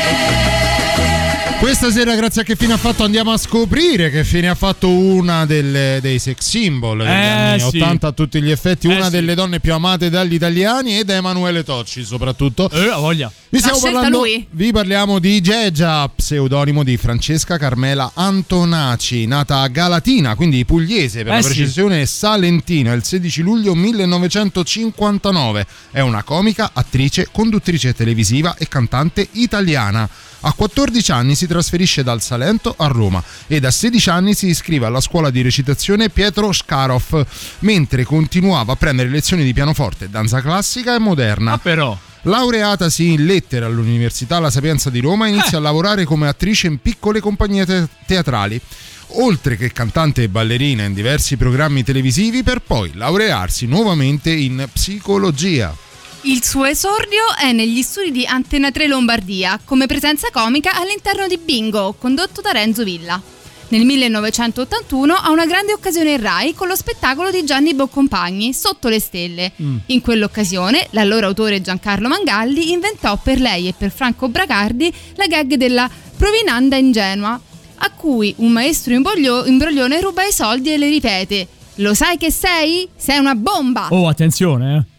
Questa sera, grazie a Che fine ha fatto, andiamo a scoprire che fine ha fatto una delle, dei sex symbol degli Eh, anni sì. ottanta a tutti gli effetti, Eh, una sì. delle donne più amate dagli italiani e da Emanuele Tocci soprattutto. Eh, la voglia. Vi L'ha stiamo scelta parlando, lui. vi parliamo di Gegia, pseudonimo di Francesca Carmela Antonaci, nata a Galatina, quindi pugliese per Eh, la sì. precisione, salentina, il sedici luglio millenovecentocinquantanove. È una comica, attrice, conduttrice televisiva e cantante italiana. A quattordici anni si trasferisce dal Salento a Roma ed a sedici anni si iscrive alla scuola di recitazione Pietro Scarov, mentre continuava a prendere lezioni di pianoforte, danza classica e moderna. Ah, però. Laureatasi in lettere all'Università La Sapienza di Roma, inizia a lavorare come attrice in piccole compagnie te- teatrali, oltre che cantante e ballerina in diversi programmi televisivi, per poi laurearsi nuovamente in psicologia. Il suo esordio è negli studi di Antena tre Lombardia, come presenza comica all'interno di Bingo, condotto da Renzo Villa. Nel millenovecentottantuno ha una grande occasione in Rai con lo spettacolo di Gianni Boncompagni, Sotto le stelle. Mm. In quell'occasione, l'allora autore Giancarlo Mangaldi inventò per lei e per Franco Bracardi la gag della provinanda ingenua, a cui un maestro imboglio- imbroglione ruba i soldi e le ripete: "Lo sai che sei? Sei una bomba!" Oh, attenzione, eh.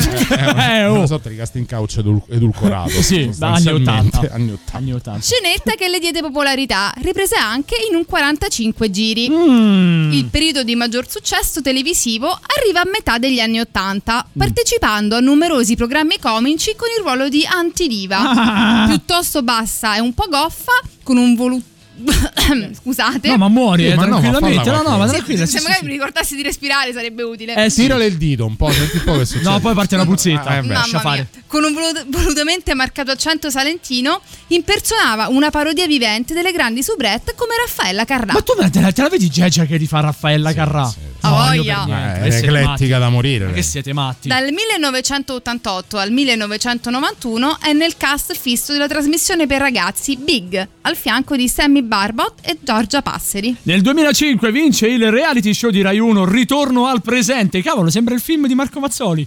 È oh. una sorta di casting couch edul- edulcorato. Sì, da anni sostanzialmente. ottanta. Anni ottanta. Anni ottanta. Scenetta che le diede popolarità, riprese anche in un quarantacinque giri. Mm. Il periodo di maggior successo televisivo arriva a metà degli anni ottanta, partecipando a numerosi programmi comici con il ruolo di antidiva. Ah. Piuttosto bassa e un po' goffa, con un voluto. Scusate. No, ma muori, Sì, eh, ma no, ma tranquillamente. falla No, no, ma qualcosa. tranquilla. Se sì, magari sì, mi sì. ricordassi di respirare sarebbe utile. Eh, sì. Tirale il dito un po', senti un po' che succede. No, poi parte una puzzetta. Ah, eh, beh. Lascia Mamma mia. fare. Con un volut- volutamente marcato accento salentino, impersonava una parodia vivente delle grandi soubrette come Raffaella Carrà. Ma tu te la, te la vedi Gegia che rifà Raffaella Carrà? A No, io voglia. per niente. Eh, Che è siete eclettica matti. da morire. Ma lei. che siete matti? Dal millenovecentottantotto al millenovecentonovantuno è nel cast fisso della trasmissione per ragazzi Big, al fianco di Sammy Barbot e Giorgia Passeri. Nel duemilacinque vince il reality show di Rai uno Ritorno al presente. Cavolo, sembra il film di Marco Mazzoli.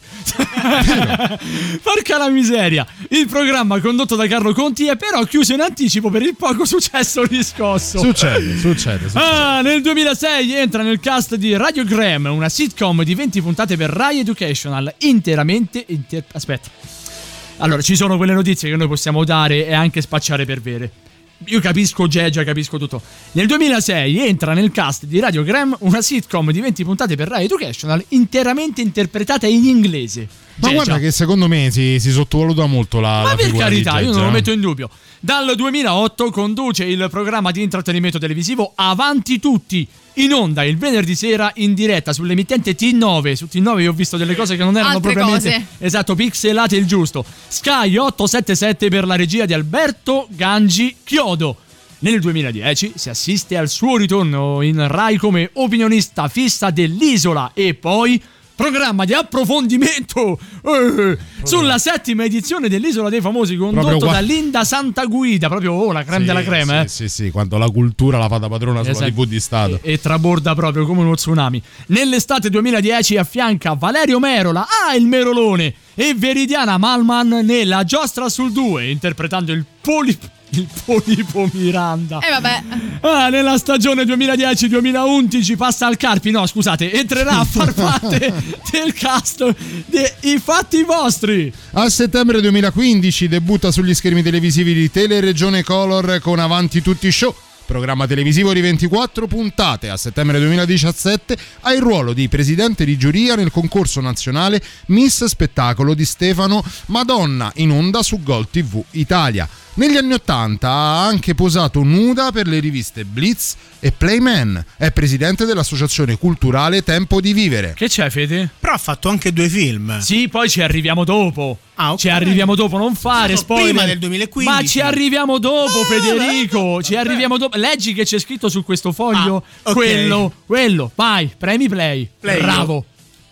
Porca la miseria. Il programma condotto da Carlo Conti è però chiuso in anticipo per il poco successo riscosso. Succede, succede. succede. Ah, nel duemilasei entra nel cast di Radio Graham, una sitcom di venti puntate per Rai Educational, interamente inter- aspetta. Allora, ci sono quelle notizie che noi possiamo dare e anche spacciare per vere. Io capisco Gegia, capisco tutto. Nel duemilasei entra nel cast di Radio Graham una sitcom di venti puntate per Rai Educational interamente interpretata in inglese. Ma Gegia. guarda che secondo me si, si sottovaluta molto la, Ma la per figura carità, di io non Gegia. lo metto in dubbio. Dal duemilaotto conduce il programma di intrattenimento televisivo Avanti Tutti, in onda il venerdì sera in diretta sull'emittente T nove. Su T nove io ho visto delle cose che non erano Altre propriamente cose. esatto, pixelate il giusto. Sky ottocentosettantasette per la regia di Alberto Gangi Chiodo. Nel duemiladieci si assiste al suo ritorno in Rai come opinionista fissa dell'Isola e poi programma di approfondimento eh, sulla settima edizione dell'Isola dei Famosi, condotto Proprio qua- da Linda Santaguida, proprio oh, la creme Sì, della creme. Sì, sì, sì, quando la cultura la fa da padrona sulla Esatto. tivù di Stato. E, e traborda proprio come uno tsunami. Nell'estate duemiladieci affianca Valerio Merola, ah il Merolone, e Veridiana Malman nella Giostra sul due, interpretando il poli... Il Ponipo Miranda. E eh, vabbè. Ah, nella stagione duemiladieci duemilaundici passa al Carpi. No, scusate, entrerà a far parte del cast di I Fatti Vostri. A settembre duemilaquindici debutta sugli schermi televisivi di Teleregione Color con Avanti Tutti Show, programma televisivo di ventiquattro puntate. A settembre duemiladiciassette ha il ruolo di presidente di giuria nel concorso nazionale Miss Spettacolo di Stefano Madonna, in onda su Gol tivù Italia. Negli anni Ottanta ha anche posato nuda per le riviste Blitz e Playman. È presidente dell'associazione culturale Tempo di Vivere. Che c'è, Fede? Però ha fatto anche due film. Sì, poi ci arriviamo dopo. Ah, okay. Ci arriviamo dopo, non fare spoiler. Prima del duemilaquindici. Ma ci arriviamo dopo, ah, Federico. Beh, ci arriviamo dopo. Leggi che c'è scritto su questo foglio. Ah, okay. Quello, quello. Vai, premi play. play. Bravo.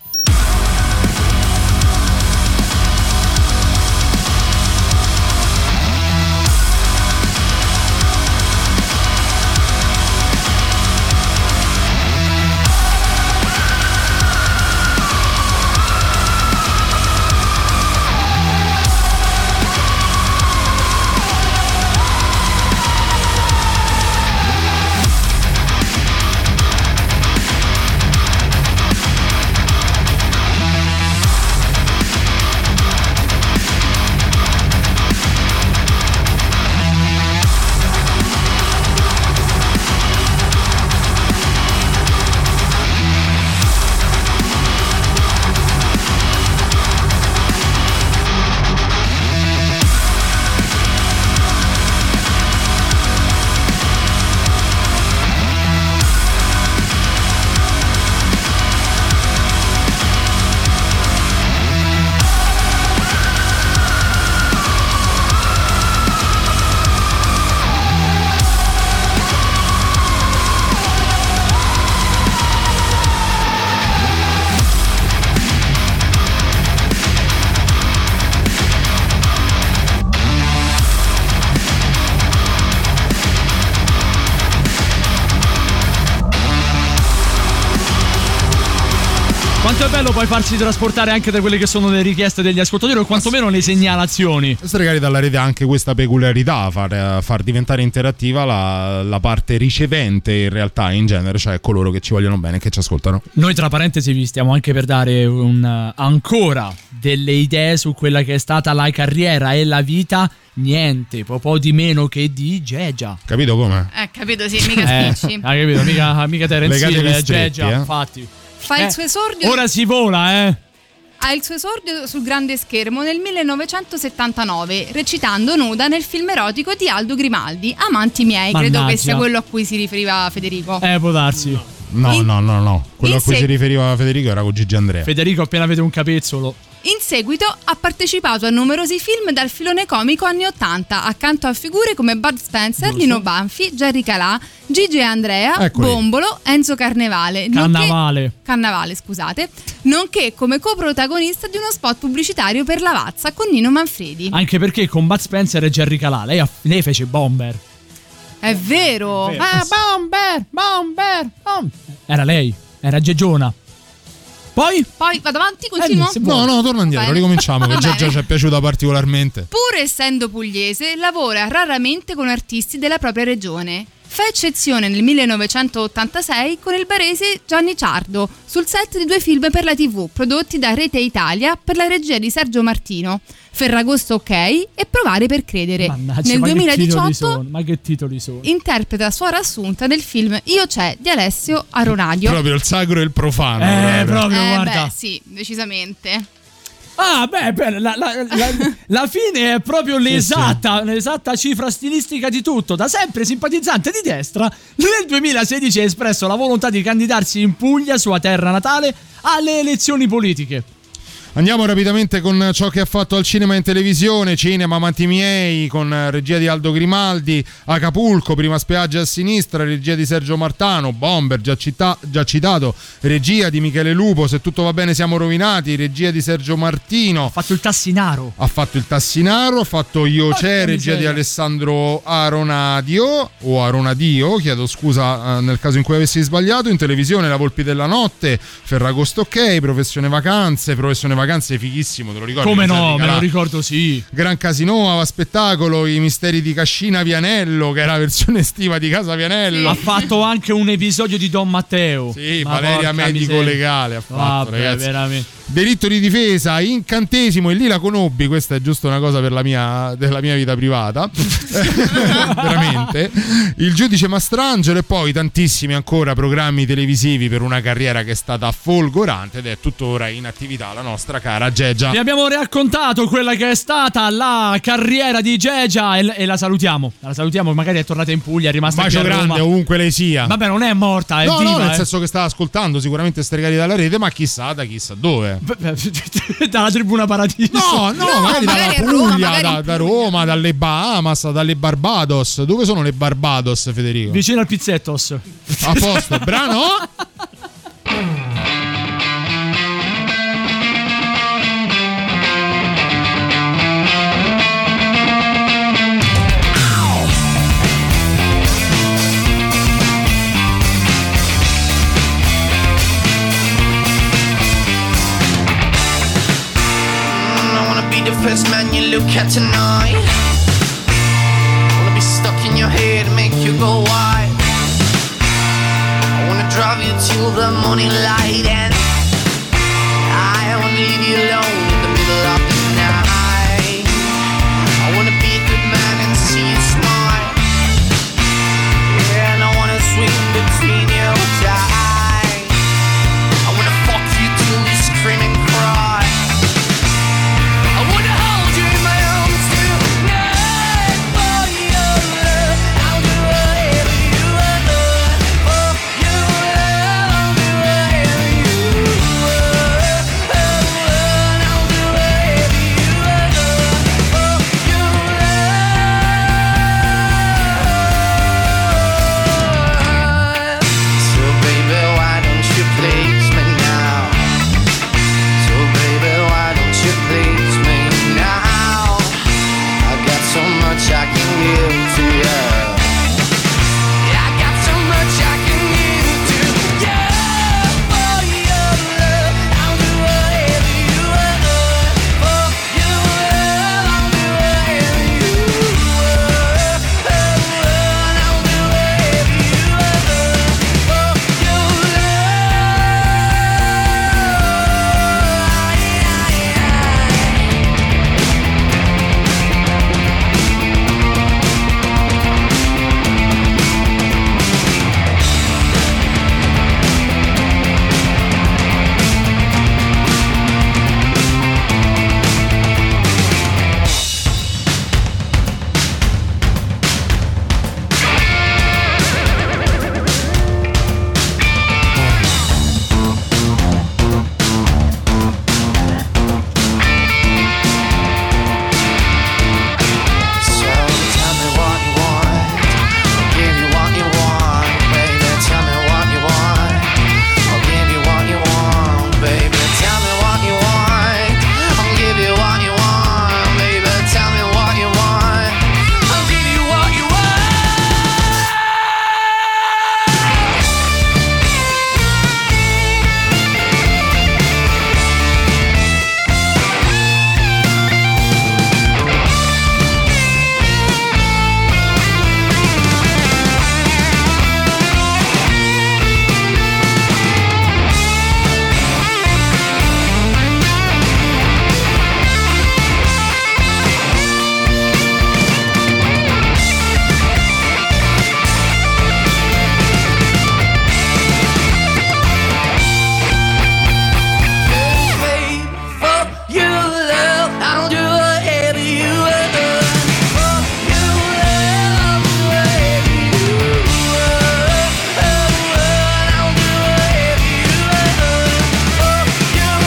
Quanto è bello poi farsi trasportare anche da quelle che sono le richieste degli ascoltatori o quantomeno le segnalazioni. Stregati dalla rete ha anche questa peculiarità, far, far diventare interattiva la, la parte ricevente in realtà, in genere, cioè coloro che ci vogliono bene e che ci ascoltano. Noi tra parentesi vi stiamo anche per dare un, ancora delle idee su quella che è stata la carriera e la vita, niente, po' po' di meno che di Geggia. Capito come? Eh, capito, sì, mica eh, spicci. Hai capito, mica, mica Terence Hill, Geggia, eh? infatti. Fa eh, il suo esordio. Ora si vola, eh. Ha il suo esordio sul grande schermo nel millenovecentosettantanove, recitando nuda nel film erotico di Aldo Grimaldi, Amanti miei. Mannaggia. Credo che sia quello a cui si riferiva Federico. Eh, può darsi. No, In- no, no, no. Quello a cui se- si riferiva Federico era con Gigi Andrea. Federico, appena vede un capezzolo. In seguito ha partecipato a numerosi film dal filone comico anni ottanta, accanto a figure come Bud Spencer, Giusto. Lino Banfi, Jerry Calà, Gigi e Andrea, Eccoli. Bombolo, Enzo Carnevale, Cannavale. nonché, Cannavale, scusate, nonché come coprotagonista di uno spot pubblicitario per Lavazza con Nino Manfredi. Anche perché con Bud Spencer e Jerry Calà lei, ha- lei fece Bomber. È vero. È vero. Ah, Bomber, Bomber, Bomber. Era lei, era Geggiona. Poi? Poi vado avanti, continuo? Eh, No, no, torna indietro, Bene. ricominciamo, che Va già, bene. già ci è piaciuta particolarmente. Pur essendo pugliese, lavora raramente con artisti della propria regione. Fa eccezione nel millenovecentottantasei con il barese Gianni Ciardo sul set di due film per la tivù prodotti da Rete Italia per la regia di Sergio Martino, Ferragosto ok e Provare per credere. Mannaggia, nel ma che titoli duemiladiciotto sono? Ma che titoli sono? interpreta Suora Assunta nel film Io c'è di Alessio Aronadio. Proprio il sacro e il profano. Eh, proprio, Eh, guarda. beh, sì, decisamente. Ah, beh, beh la, la, la, la fine è proprio l'esatta, l'esatta cifra stilistica di tutto. Da sempre simpatizzante di destra, nel duemilasedici ha espresso la volontà di candidarsi in Puglia, sua terra natale, alle elezioni politiche. Andiamo rapidamente con ciò che ha fatto al cinema e in televisione. Cinema Amanti miei con regia di Aldo Grimaldi, Acapulco, Prima spiaggia a sinistra, regia di Sergio Martano, Bomber già, città, già citato, regia di Michele Lupo, Se tutto va bene siamo rovinati, regia di Sergio Martino. Ha fatto il Tassinaro. Ha fatto il Tassinaro, ha fatto Io Porca c'è, regia miseria. di Alessandro Aronadio o Aronadio, chiedo scusa eh, nel caso in cui avessi sbagliato. In televisione La Volpi della notte, Ferragosto ok, Professione vacanze, Professione vacanze fighissimo, te lo ricordi? Come no, Musica, me lo là? ricordo, sì. Gran Casino, Ava Spettacolo, I Misteri di Cascina Vianello, che era la versione estiva di Casa Vianello. Ha fatto anche un episodio di Don Matteo. Sì, Ma Valeria porca medico miseria. legale ha fatto, Vabbè, ragazzi. veramente. Delitto di difesa, incantesimo, e lì la conobbi. Questa è giusto una cosa per la mia, della mia vita privata. Veramente. Il giudice Mastrangelo, e poi tantissimi ancora programmi televisivi per una carriera che è stata folgorante ed è tuttora in attività la nostra cara Gegia. Vi abbiamo raccontato quella che è stata la carriera di Gegia e, e la salutiamo. La salutiamo, magari è tornata in Puglia, è rimasta Un bacio qui a grande Roma. ovunque lei sia. Vabbè, non è morta, è no, viva. no, nel eh. senso che stava ascoltando sicuramente Stregati dalla rete, ma chissà da chissà dove. Dalla tribuna Paradiso. No, no, No, magari, magari dalla a Roma, Puglia, magari da, in da Roma, dalle Bahamas, dalle Barbados. Dove sono le Barbados, Federico? Vicino al Pizzettos. A posto, brano? The first man you look at tonight. Wanna be stuck in your head and make you go wild. I wanna drive you till the morning light, and I wanna leave you alone in the middle of the night. I wanna be a good man and see you smile. Yeah, and I wanna swing between your thighs. I wanna fuck you till you scream and cry. I wanna hold you in my arms tonight for your love. I'll do whatever you want for your love. I'll do whatever you want. I'll do whatever you want for your love. So baby, why don't you please me now? So baby, why don't you please me now? I got so much I can give to you. I got so much I can give to you. For your love, I'll do whatever you want. For your love, I'll do whatever you want. I'll do whatever you want. For your So tell me what you want, I'll give you what you want, baby. Tell me what you want, I'll give you what you want, baby. Tell me what you want, I'll give you what you want, baby. Tell me what you want, I'll give you what you want. Baby, for your love, I'll do whatever you want. For your love, I'll do whatever you want. I'll do whatever you want. For your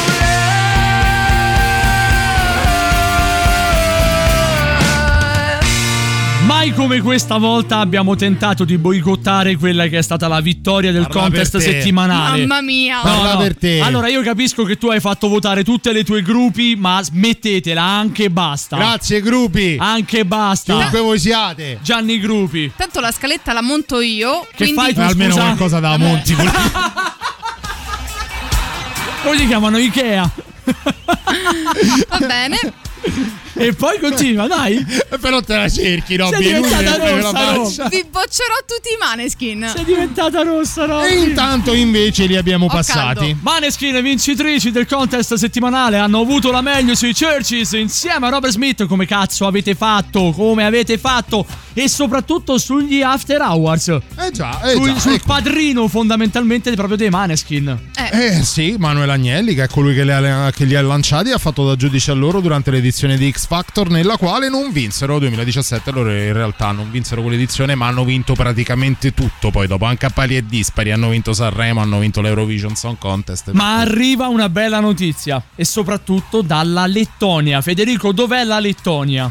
love. Mai come questa volta abbiamo tentato di boicottare quella che è stata la vittoria del Parla contest per te. settimanale. Mamma mia. No, Parla no. per te. Allora io capisco che tu hai fatto votare tutte le tue gruppi, ma smettetela, anche basta. Grazie gruppi. Anche basta. Chiunque voi siate. Gianni Gruppi. Tanto la scaletta la monto io. Che quindi... fai tu, Almeno scusa? qualcosa da monti. Come li chiamano? Ikea. Va bene. E poi continua, dai. Però te la cerchi, Robby. Sei diventata rossa, no? Vi boccerò tutti i Maneskin. Sei diventata rossa, no? E intanto invece li abbiamo Ho passati. caldo. Maneskin, vincitrici del contest settimanale, hanno avuto la meglio sui Churches insieme a Robert Smith. Come cazzo avete fatto? Come avete fatto? E soprattutto sugli After Hours. Eh già, eh Sul, già, sul ecco. padrino fondamentalmente proprio dei Maneskin. Eh sì, Manuel Agnelli, che è colui che li ha, che li ha lanciati, ha fatto da giudice a loro durante l'edizione di X Factor, nella quale non vinsero duemiladiciassette. Loro in realtà non vinsero quell'edizione, ma hanno vinto praticamente tutto. Poi dopo, anche a pali e dispari, hanno vinto Sanremo, hanno vinto l'Eurovision Song Contest. Ma arriva una bella notizia, e soprattutto dalla Lettonia. Federico, dov'è la Lettonia?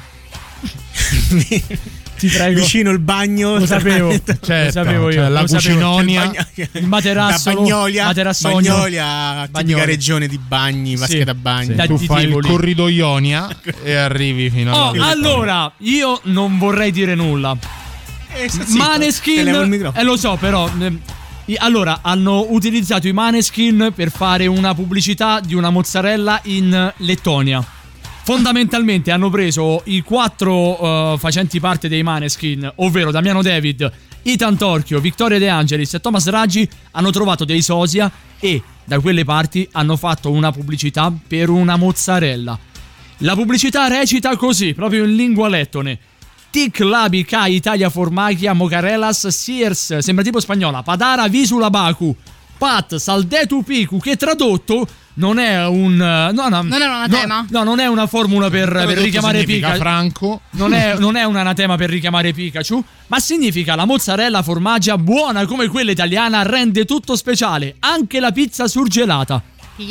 Ti prego. Vicino il bagno. Lo sapevo, Certo, lo sapevo io. cioè, la lo sapevo. cucinonia. Il, bagno- Il materasso, da Bagnolia, materassogno. Bagnolia, tipica Bagnolia. regione di bagni, vasche Sì, da bagno. sì. Tu di fai il Tivoli. corrido Ionia e arrivi fino Oh, alla allora, io non vorrei dire nulla. Eh, sta zitto, Maneskin, te levo il microfono. eh lo so, però eh, i- allora hanno utilizzato i Maneskin per fare una pubblicità di una mozzarella in Lettonia. Fondamentalmente hanno preso i quattro uh, facenti parte dei Maneskin, ovvero Damiano David, Ethan Torchio, Victoria De Angelis e Thomas Raggi, hanno trovato dei sosia e da quelle parti hanno fatto una pubblicità per una mozzarella. La pubblicità recita così, proprio in lingua lettone: Tic labi ca Italia formachia mocarellas siers, sembra tipo spagnola, padara visula baku, pat saldetu picu, che tradotto non è un no, no, Non è un anatema? No, no, non è una formula per, per Tradotto richiamare significa Pikachu. Franco. Non è, non è un anatema per richiamare Pikachu, ma significa la mozzarella formaggia buona come quella italiana rende tutto speciale, anche la pizza surgelata.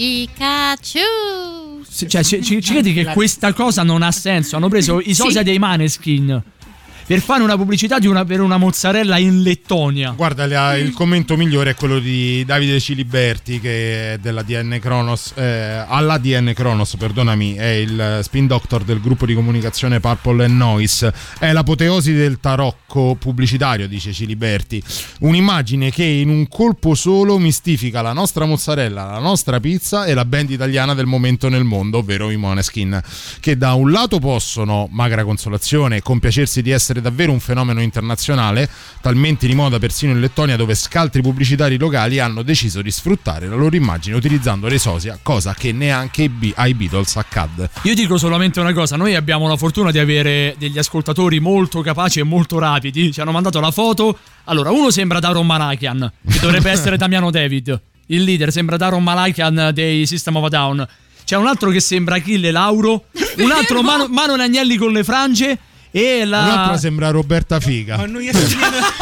Pikachu. Se- Cioè, ci, ci, ci credi che questa cosa non ha senso? Hanno preso i sosia dei Maneskin per fare una pubblicità di una, per una mozzarella in Lettonia. Guarda, la- il commento migliore è quello di Davide Ciliberti, che è della D N Kronos, eh, alla D N Kronos, perdonami, è il spin doctor del gruppo di comunicazione Purple and Noise. È l'apoteosi del tarocco pubblicitario, dice Ciliberti. Un'immagine che in un colpo solo mistifica la nostra mozzarella, la nostra pizza e la band italiana del momento nel mondo, ovvero i Måneskin, che da un lato possono, magra consolazione, compiacersi di essere davvero un fenomeno internazionale, talmente di moda persino in Lettonia, dove scaltri pubblicitari locali hanno deciso di sfruttare la loro immagine utilizzando le sosia, cosa che neanche ai Be- ai Beatles accadde. Io dico solamente una cosa: noi abbiamo la fortuna di avere degli ascoltatori molto capaci e molto rapidi. Ci hanno mandato la foto. Allora, uno sembra Daron Malakian, che dovrebbe essere Damiano David. Il leader sembra Daron Malakian dei System of a Down. C'è un altro che sembra Achille Lauro, un altro Mano, Manuel Agnelli con le frange e la... Un'altra sembra Roberta Figa. Ma non gli sto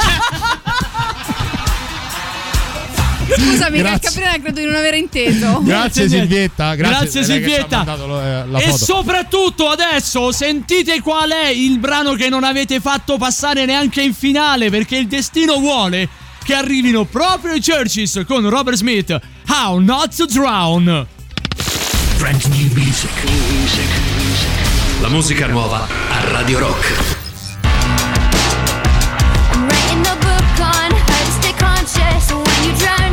Scusami, Grazie. Caprina, credo di non aver inteso. Grazie Silvietta, grazie, Grazie lei che ci ha Silvietta. mandato lo- eh, la E foto. soprattutto adesso sentite qual è il brano che non avete fatto passare neanche in finale, perché il destino vuole che arrivino proprio i Churches con Robert Smith, How Not to Drown. Brand new music. Music. La musica nuova a Radio Rock. I'm writing a book on how to stay conscious when you drown.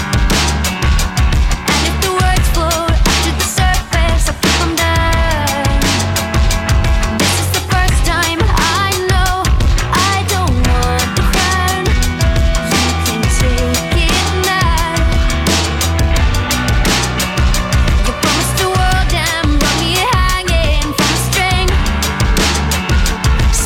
And if the words flow up to the surface, I'll keep them down. This is the first time I know I don't want the crown. You can take it now. You promised the world and brought me hanging from a string.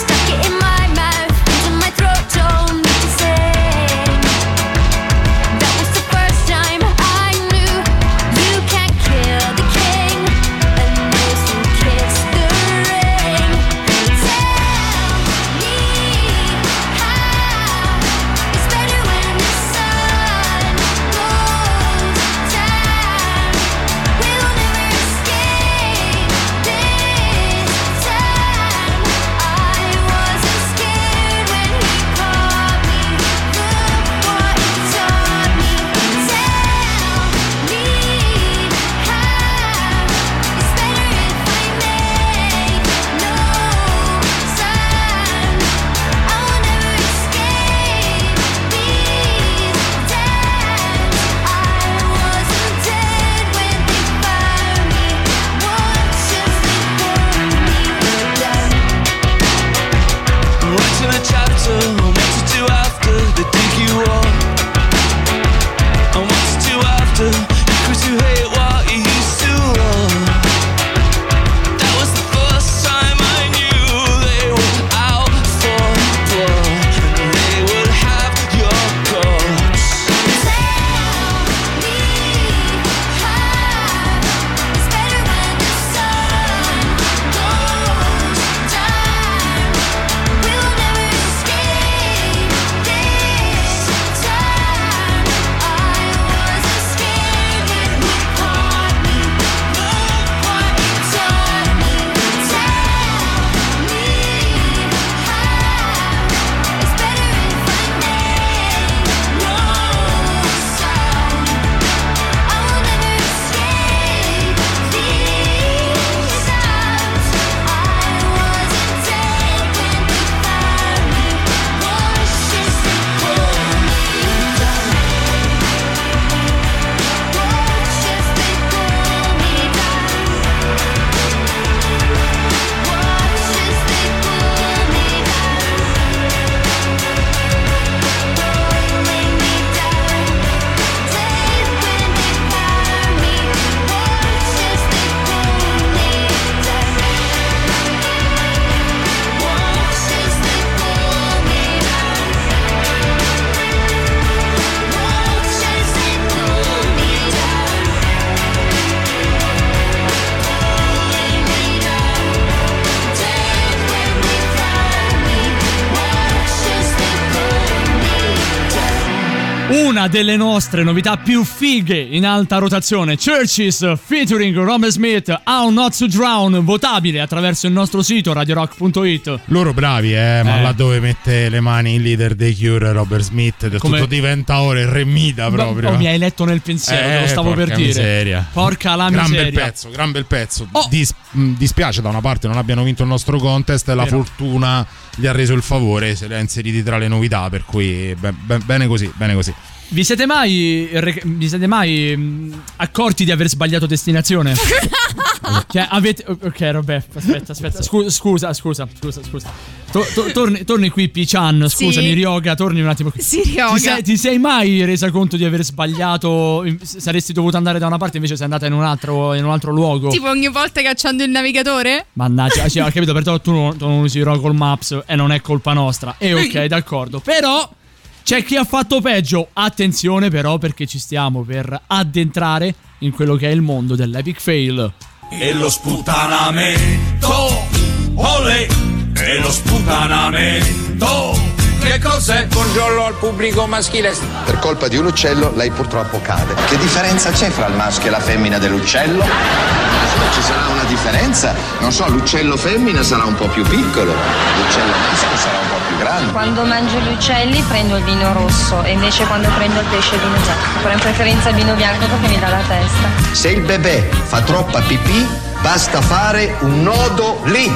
una delle nostre novità più fighe in alta rotazione, Churches featuring Robert Smith, How Not to Drown, votabile attraverso il nostro sito radio rock punto it. Loro bravi, eh, ma Eh. là dove mette le mani il leader dei Cure, Robert Smith, del Come- tutto diventa ora il remida proprio. Oh, mi hai letto nel pensiero, te lo Eh, stavo per porca dire. miseria. Porca la Gran miseria. bel pezzo, gran bel pezzo. Dis- mh, dispiace da una parte non abbiano vinto il nostro contest, la Vero. fortuna gli ha reso il favore, se li ha inseriti tra le novità, per cui be- be- bene così, bene così. Vi siete mai re- vi siete mai mh, accorti di aver sbagliato destinazione? Cioè avete ok, Roberto, aspetta, aspetta. Scusa, scusa, scusa, scusa, scusa. To- to- torni, torni qui Pichan, scusami, Sì. Ryoga, torni un attimo qui. Sì, Ryoga. Ti sei, ti sei mai resa conto di aver sbagliato? Saresti dovuto andare da una parte, invece sei andata in un altro in un altro luogo. Tipo ogni volta cacciando il navigatore? Mannaggia, cioè, ho capito, perché tu non, tu non usi Google Maps e non è colpa nostra. E ok, d'accordo. Però c'è chi ha fatto peggio. Attenzione però, perché ci stiamo per addentrare in quello che è il mondo dell'epic fail. E lo sputanamento, olè, e lo sputanamento, che cos'è? Buongiorno al pubblico maschile. Per colpa di un uccello lei purtroppo cade. Che differenza c'è fra il maschio e la femmina dell'uccello? Ci sarà una differenza? Non so, l'uccello femmina sarà un po' più piccolo, l'uccello maschio sarà un po' più grande. Quando mangio gli uccelli prendo il vino rosso e invece quando prendo il pesce il vino bianco. Però in preferenza il vino bianco perché mi dà la testa. Se il bebè fa troppa pipì, basta fare un nodo lì.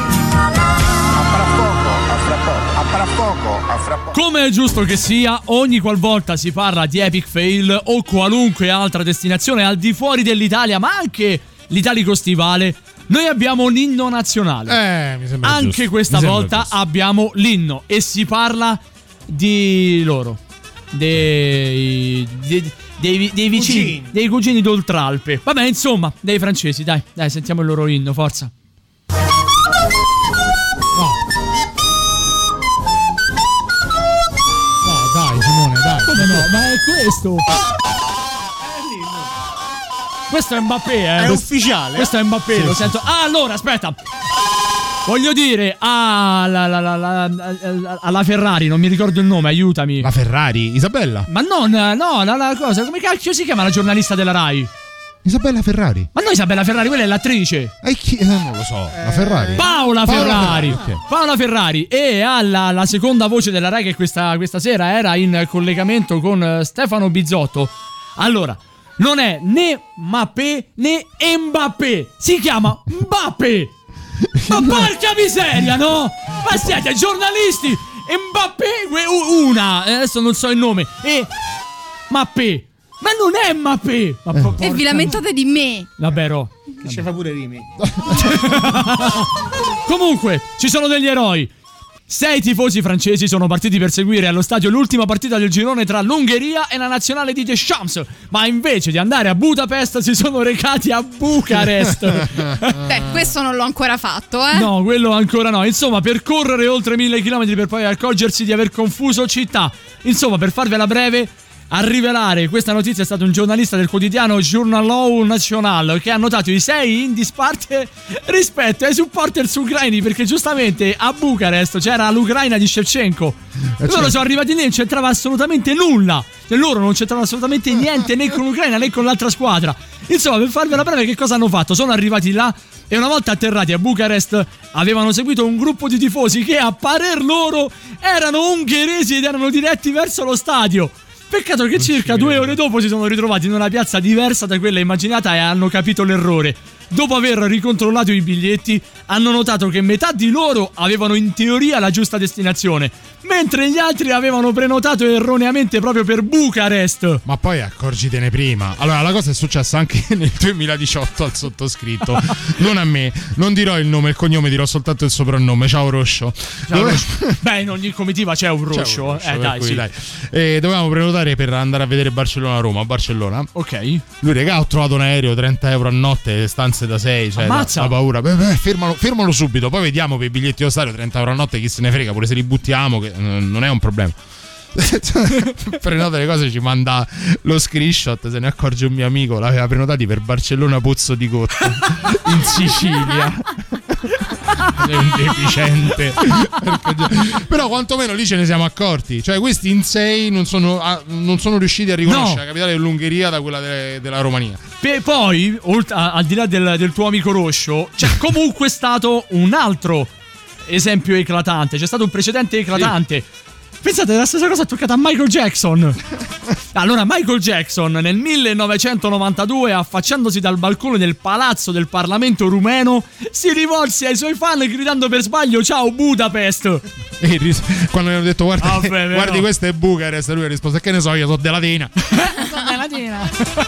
Come è giusto che sia, ogni qualvolta si parla di epic fail o qualunque altra destinazione al di fuori dell'Italia, ma anche l'Italico Stivale, noi abbiamo l'inno nazionale. Eh, mi sembra Anche giusto. questa Mi sembra volta giusto. abbiamo l'inno e si parla di loro, dei, dei, dei, dei vicini, Cugini. dei cugini d'Oltralpe. Vabbè, insomma, dei francesi, dai, dai, sentiamo il loro inno, forza. No, dai, Simone, dai. Come no? Ma è questo. Questo è Mbappé, eh. È Questo- ufficiale? Questo è Mbappé, Sì, lo sì. sento. Ah, allora, aspetta. Voglio dire, ah, la, la, la, la, la- alla Ferrari, non mi ricordo il nome, aiutami. La Ferrari, Isabella. Ma non, no, la, la cosa, come cacchio si chiama la giornalista della Rai? Isabella Ferrari. Ma no, Isabella Ferrari, quella è l'attrice. E chi? Eh, non lo so, la Ferrari. Paola, Paola Ferrari. Ferrari, ok. Paola Ferrari. E alla la seconda voce della Rai che questa, questa sera era in collegamento con eh, Stefano Bizzotto. Allora, non è né Mappé né Mbappé. Si chiama Mbappé. Ma porca miseria, no? Ma siete giornalisti. Mbappé, que- u- una, eh, adesso non so il nome. E Mappé. Ma non è Mbappé. Ma po- E porca vi lamentate di me. Vabbè, Ro. Che ci fa pure rimi. Comunque, ci sono degli eroi. Sei tifosi francesi sono partiti per seguire allo stadio l'ultima partita del girone tra l'Ungheria e la nazionale di Deschamps, ma invece di andare a Budapest si sono recati a Bucarest. Beh, questo non l'ho ancora fatto, eh. No, quello ancora no. Insomma, per correre oltre mille chilometri per poi accorgersi di aver confuso città. Insomma, per farvela breve, a rivelare questa notizia è stato un giornalista del quotidiano Journal National che ha notato i sei in disparte rispetto ai supporters ucraini, perché giustamente a Bucarest c'era l'Ucraina di Shevchenko. Loro certo. sono arrivati lì e non c'entrava assolutamente nulla. Cioè, loro non c'entravano assolutamente niente né con l'Ucraina né con l'altra squadra. Insomma, per farvela breve, che cosa hanno fatto? Sono arrivati là e una volta atterrati a Bucarest avevano seguito un gruppo di tifosi che a parer loro erano ungheresi ed erano diretti verso lo stadio. Peccato che circa due ore dopo si sono ritrovati in una piazza diversa da quella immaginata e hanno capito l'errore. Dopo aver ricontrollato i biglietti, hanno notato che metà di loro avevano in teoria la giusta destinazione, mentre gli altri avevano prenotato erroneamente proprio per Bucarest. Ma poi accorgitene prima. Allora, la cosa è successa anche nel duemiladiciotto al sottoscritto. Non a me, non dirò il nome e il cognome, dirò soltanto il soprannome. Ciao Roscio. Ciao, Dove- Roscio. Beh, in ogni comitiva c'è un C'è un Roscio. Roscio, eh, per dai, cui, sì. dai. E dovevamo prenotare per andare a vedere Barcellona-Roma. A Barcellona. Ok. Lui, regà, ho trovato un aereo, trenta euro a notte, stanze da sei. Cioè, Ammazza. la, la paura. Beh, beh, fermalo, fermalo subito. Poi vediamo per i biglietti dello stadio, trenta euro a notte, chi se ne frega, pure se li buttiamo, che eh, non è un problema. Prenota le cose, ci manda lo screenshot, se ne accorge un mio amico, l'aveva prenotati per Barcellona Pozzo di Gotto in Sicilia. Sei un deficiente. Però quantomeno lì ce ne siamo accorti. Cioè questi in sei non sono, ah, non sono riusciti a riconoscere no. la capitale dell'Ungheria da quella de- della Romania. E poi, oltre, a, al di là del, del tuo amico Roscio, c'è comunque stato un altro esempio eclatante. C'è stato un precedente eclatante. Sì. Pensate, la stessa cosa è toccata a Michael Jackson. Allora, Michael Jackson nel millenovecentonovantadue, affacciandosi dal balcone del palazzo del Parlamento rumeno, si rivolse ai suoi fan gridando per sbaglio "Ciao Budapest". E ris- quando mi hanno detto "Guarda, oh, beh, guardi, questo è Bucarest", lui ha risposto "Che ne so, io sono della Tena". Sono della Tena.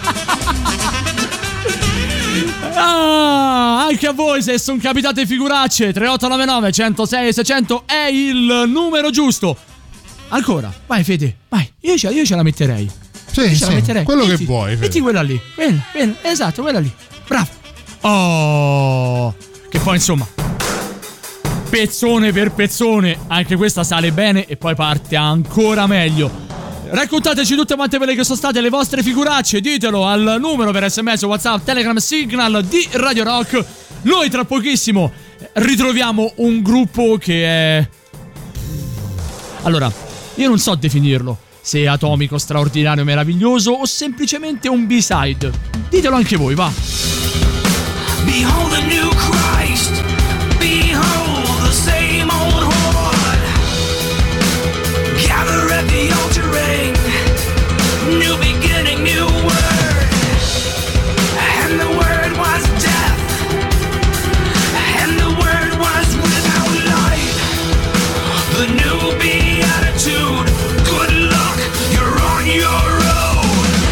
Ah, anche a voi se sono capitate figuracce. Tre otto nove nove uno zero sei sei zero zero è il numero giusto. Ancora, vai Fede, vai, io ce, io ce la metterei. Sì, io sì, ce la metterei. quello metti, che vuoi Fede. Metti quella lì, quella, quella, esatto, quella lì. Bravo. Oh, che poi insomma, pezzone per pezzone, anche questa sale bene e poi parte ancora meglio. Raccontateci tutte quante quelle che sono state le vostre figuracce. Ditelo al numero per sms, WhatsApp, Telegram, Signal di Radio Rock. Noi tra pochissimo ritroviamo un gruppo che è... Allora, io non so definirlo, se è atomico, straordinario, meraviglioso o semplicemente un B-side. Ditelo anche voi, va. Behold the new Christ, behold the same old horde. Gather at the altar ring, new beginning, new word. And the word was death, and the word was without life. The new beatitude, good luck, you're on your own.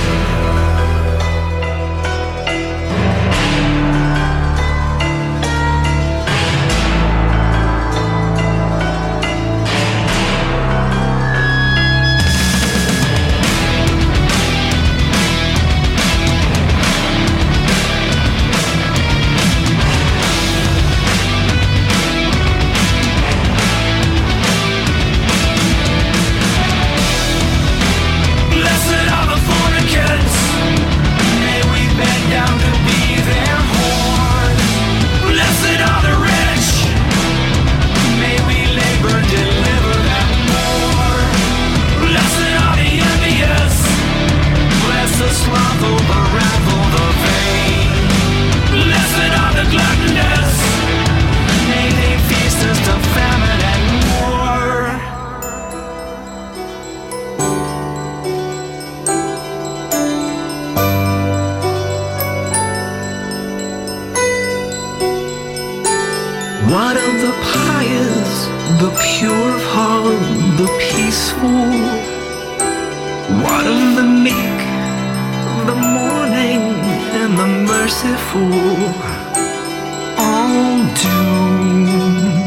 What of the pious, the pure of heart, the peaceful? What of the meek, the mourning, and the merciful? All doomed,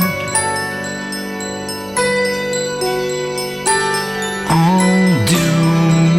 all doomed.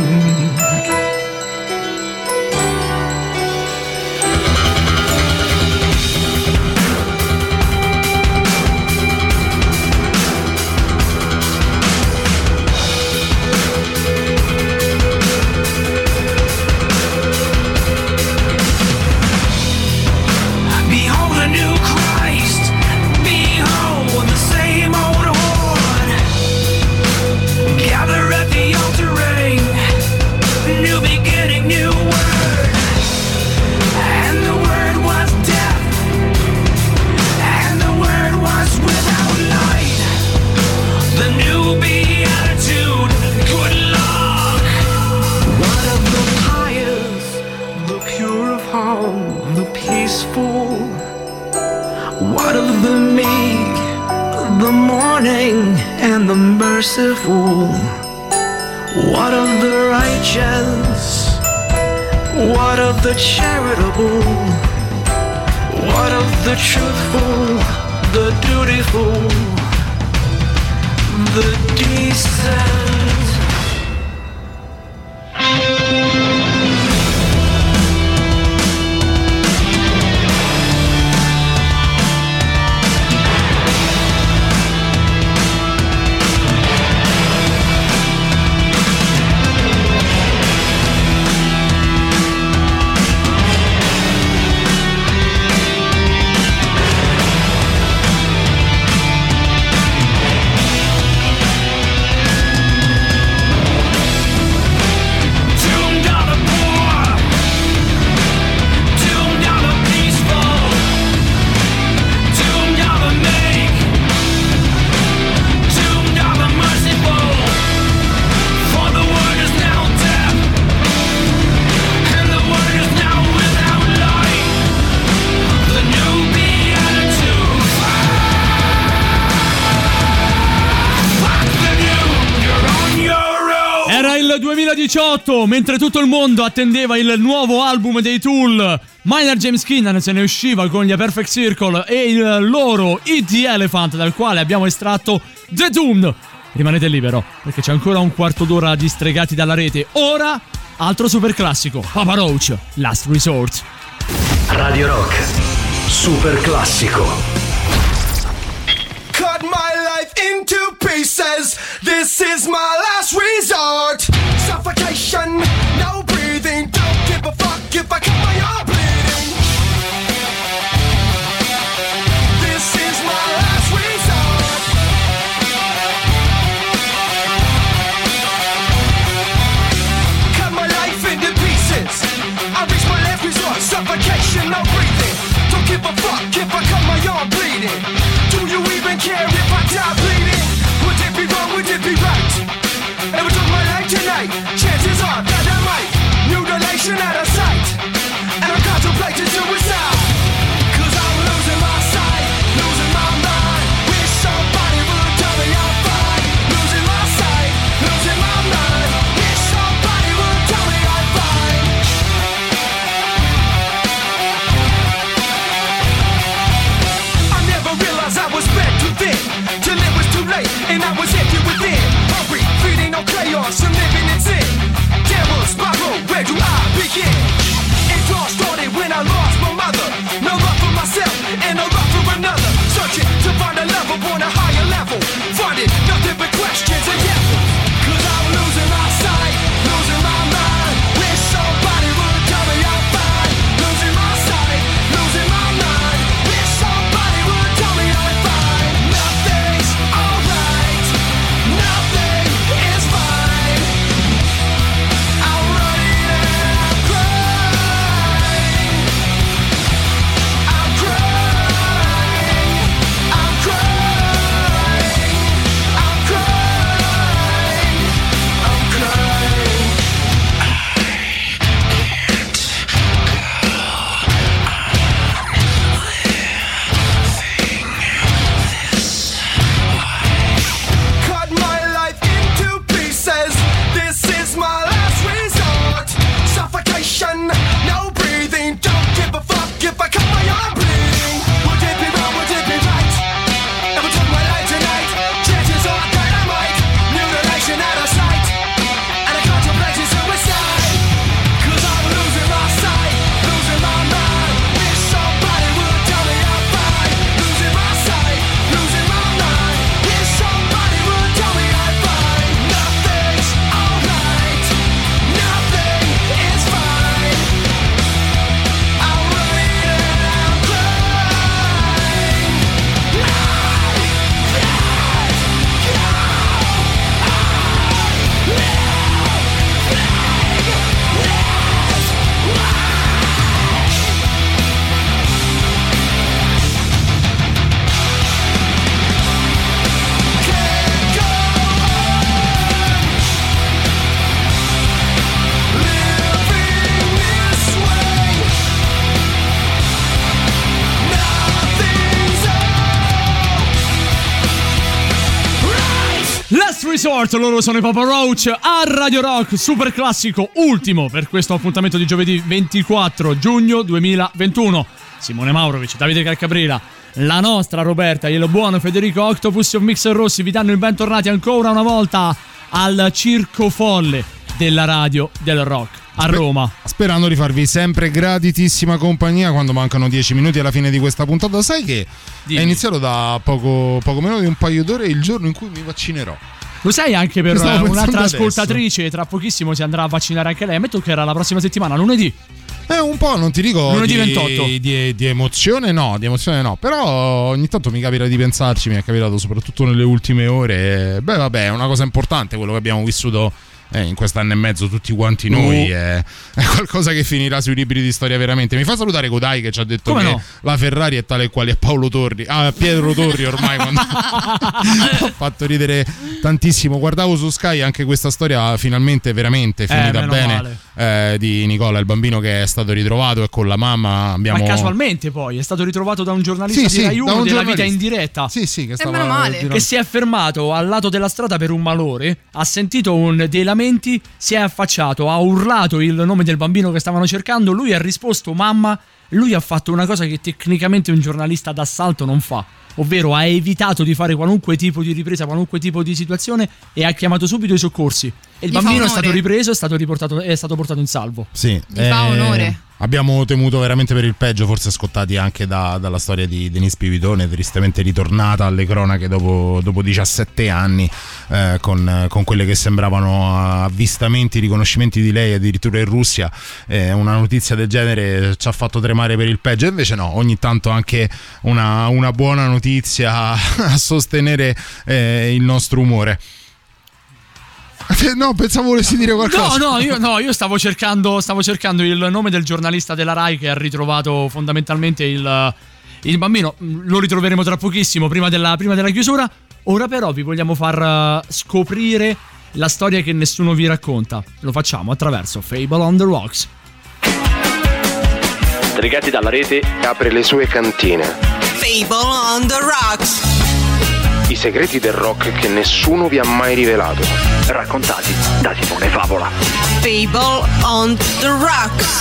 What of the meek, the mourning, and the merciful? What of the righteous? What of the charitable? What of the truthful, the dutiful, the decent? duemiladiciotto, mentre tutto il mondo attendeva il nuovo album dei Tool, Maynard James Keenan se ne usciva con gli A Perfect Circle e il loro Eat the Elephant, dal quale abbiamo estratto The Doomed. Rimanete lì però, perché c'è ancora un quarto d'ora di Stregati dalla rete. Ora, altro super classico, Papa Roach, Last Resort. Radio Rock, super classico. Cut my life into pieces. This is my last resort. Suffocation, no breathing. Don't give a fuck if I cut my arm bleeding. This is my last resort. Cut my life into pieces. I reach my last resort. Suffocation, no breathing. Don't give a fuck if I cut my arm bleeding. Do you even care if I die bleeding? Would it be wrong, would it be right? If I took my life tonight, chances are that I might mutilation out of sight. And I'm contemplating suicide. Cause I'm losing my sight, losing my mind. Wish somebody would tell me I'm fine. Losing my sight, losing my mind. Wish somebody would tell me I'm fine. I never realized I was bent too thin, till it was too late and I was empty within. Hungry, feeding on chaos and living in sin. Devil spiral, where do I begin? It all started when I lost my mother. No love for myself and no love for another. Searching to find a love upon a higher level. Finding nothing but questions and yes. Cause I'm losing my sight, losing my mind. Wish somebody would tell me I'm fine. Losing my sight, losing my mind. Wish somebody would tell me I'm fine. Nothing's alright, nothing is fine. I'm running and I'm crying. I'm crying, I'm crying, I'm crying, I'm crying. Cut my life into pieces. This is my last resort. Suffocation, no breathing. Don't give a fuck if I cut my arm bleeding. Would it be wrong? Would it be right? If I took my life tonight, chances are that I might mutilation out of sight. And I contemplating suicide. Cause I'm losing my sight, losing my mind. Wish somebody would tell me I'm fine. Losing my sight, losing my mind. Wish somebody would tell me I'm fine. Nothing's alright, nothing is fine. I'm running and I'm crying. Last Resort, loro sono i Papa Roach a Radio Rock, super classico, ultimo per questo appuntamento di giovedì ventiquattro giugno duemilaventuno. Simone Maurovic, Davide Calcabrina, la nostra Roberta, il buono Federico Octopus e Mixer Rossi vi danno il bentornati ancora una volta al circo folle della radio del rock a Roma. Sperando di farvi sempre graditissima compagnia quando mancano dieci minuti alla fine di questa puntata. Sai che Dimmi. è iniziato da poco, poco meno di un paio d'ore il giorno in cui mi vaccinerò. Lo sai anche per Stavo pensando un'altra adesso. ascoltatrice, tra pochissimo si andrà a vaccinare anche lei. Ammetto che era la prossima settimana, lunedì. Eh, un po', non ti dico lunedì di, ventotto. Di, di emozione no, di emozione no, però ogni tanto mi capita di pensarci, mi è capitato soprattutto nelle ultime ore. Beh vabbè, è una cosa importante quello che abbiamo vissuto eh, in quest'anno e mezzo tutti quanti noi, uh. è, è qualcosa che finirà sui libri di storia veramente. Mi fa salutare Godai che ci ha detto Come che no? la Ferrari è tale e quale a Paolo Torri, ah, Pietro Torri ormai quando ha fatto ridere tantissimo. Guardavo su Sky anche questa storia finalmente veramente finita eh, bene eh, di Nicola, il bambino che è stato ritrovato e con la mamma abbiamo... Ma casualmente poi è stato ritrovato da un giornalista Sì, di sì, Rai da uno un della giornalista. vita in diretta. Sì, sì, che meno male. Che si è fermato al lato della strada per un malore, ha sentito un, dei lamenti appuntamenti, si è affacciato, ha urlato il nome del bambino che stavano cercando, lui ha risposto mamma, lui ha fatto una cosa che tecnicamente un giornalista d'assalto non fa, ovvero ha evitato di fare qualunque tipo di ripresa, qualunque tipo di situazione e ha chiamato subito i soccorsi. E il Gli fa bambino è onore. stato ripreso, è stato riportato, è stato portato in salvo. Sì, Gli fa onore. Abbiamo temuto veramente per il peggio, forse scottati anche da- dalla storia di Denise Pivitone, tristemente ritornata alle cronache dopo, dopo diciassette anni, eh, con, con quelle che sembravano avvistamenti, riconoscimenti di lei addirittura in Russia. Eh, una notizia del genere ci ha fatto tremare per il peggio, e invece no, ogni tanto anche una, una buona notizia a sostenere eh, il nostro umore. No, pensavo volessi dire qualcosa. No, no, io, no, io stavo cercando, stavo cercando il nome del giornalista della Rai che ha ritrovato fondamentalmente il, il bambino. Lo ritroveremo tra pochissimo, prima della, prima della chiusura. Ora però vi vogliamo far uh, scoprire la storia che nessuno vi racconta. Lo facciamo attraverso Fable on the Rocks. Stregati dalla rete apre le sue cantine. Fable on the Rocks. I segreti del rock che nessuno vi ha mai rivelato. Raccontati da Simone Favola. Fable on the Rocks.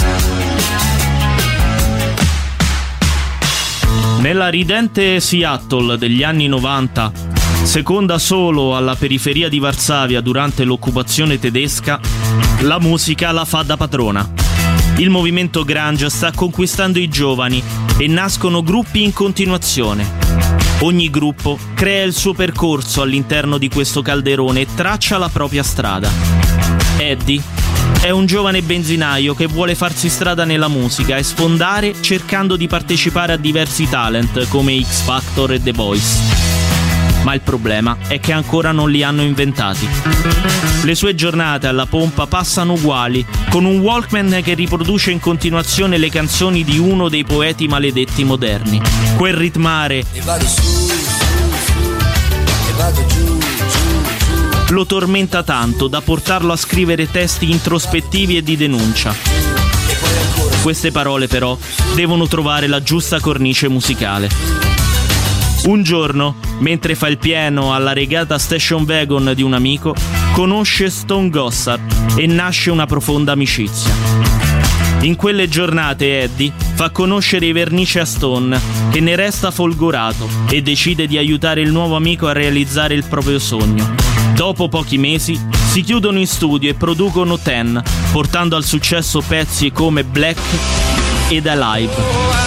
Nella ridente Seattle degli anni novanta, seconda solo alla periferia di Varsavia durante l'occupazione tedesca, la musica la fa da padrona. Il movimento grunge sta conquistando i giovani e nascono gruppi in continuazione. Ogni gruppo crea il suo percorso all'interno di questo calderone e traccia la propria strada. Eddie è un giovane benzinaio che vuole farsi strada nella musica e sfondare cercando di partecipare a diversi talent come X Factor e The Voice. Ma il problema è che ancora non li hanno inventati. Le sue giornate alla pompa passano uguali, con un Walkman che riproduce in continuazione le canzoni di uno dei poeti maledetti moderni. Quel ritmare E vado su, su, su, e vado giù, giù, giù. lo tormenta tanto da portarlo a scrivere testi introspettivi e di denuncia. Queste parole però devono trovare la giusta cornice musicale. Un giorno, mentre fa il pieno alla regata station wagon di un amico, conosce Stone Gossard e nasce una profonda amicizia. In quelle giornate Eddie fa conoscere i vernici a Stone, che ne resta folgorato e decide di aiutare il nuovo amico a realizzare il proprio sogno. Dopo pochi mesi si chiudono in studio e producono Ten, portando al successo pezzi come Black ed Alive.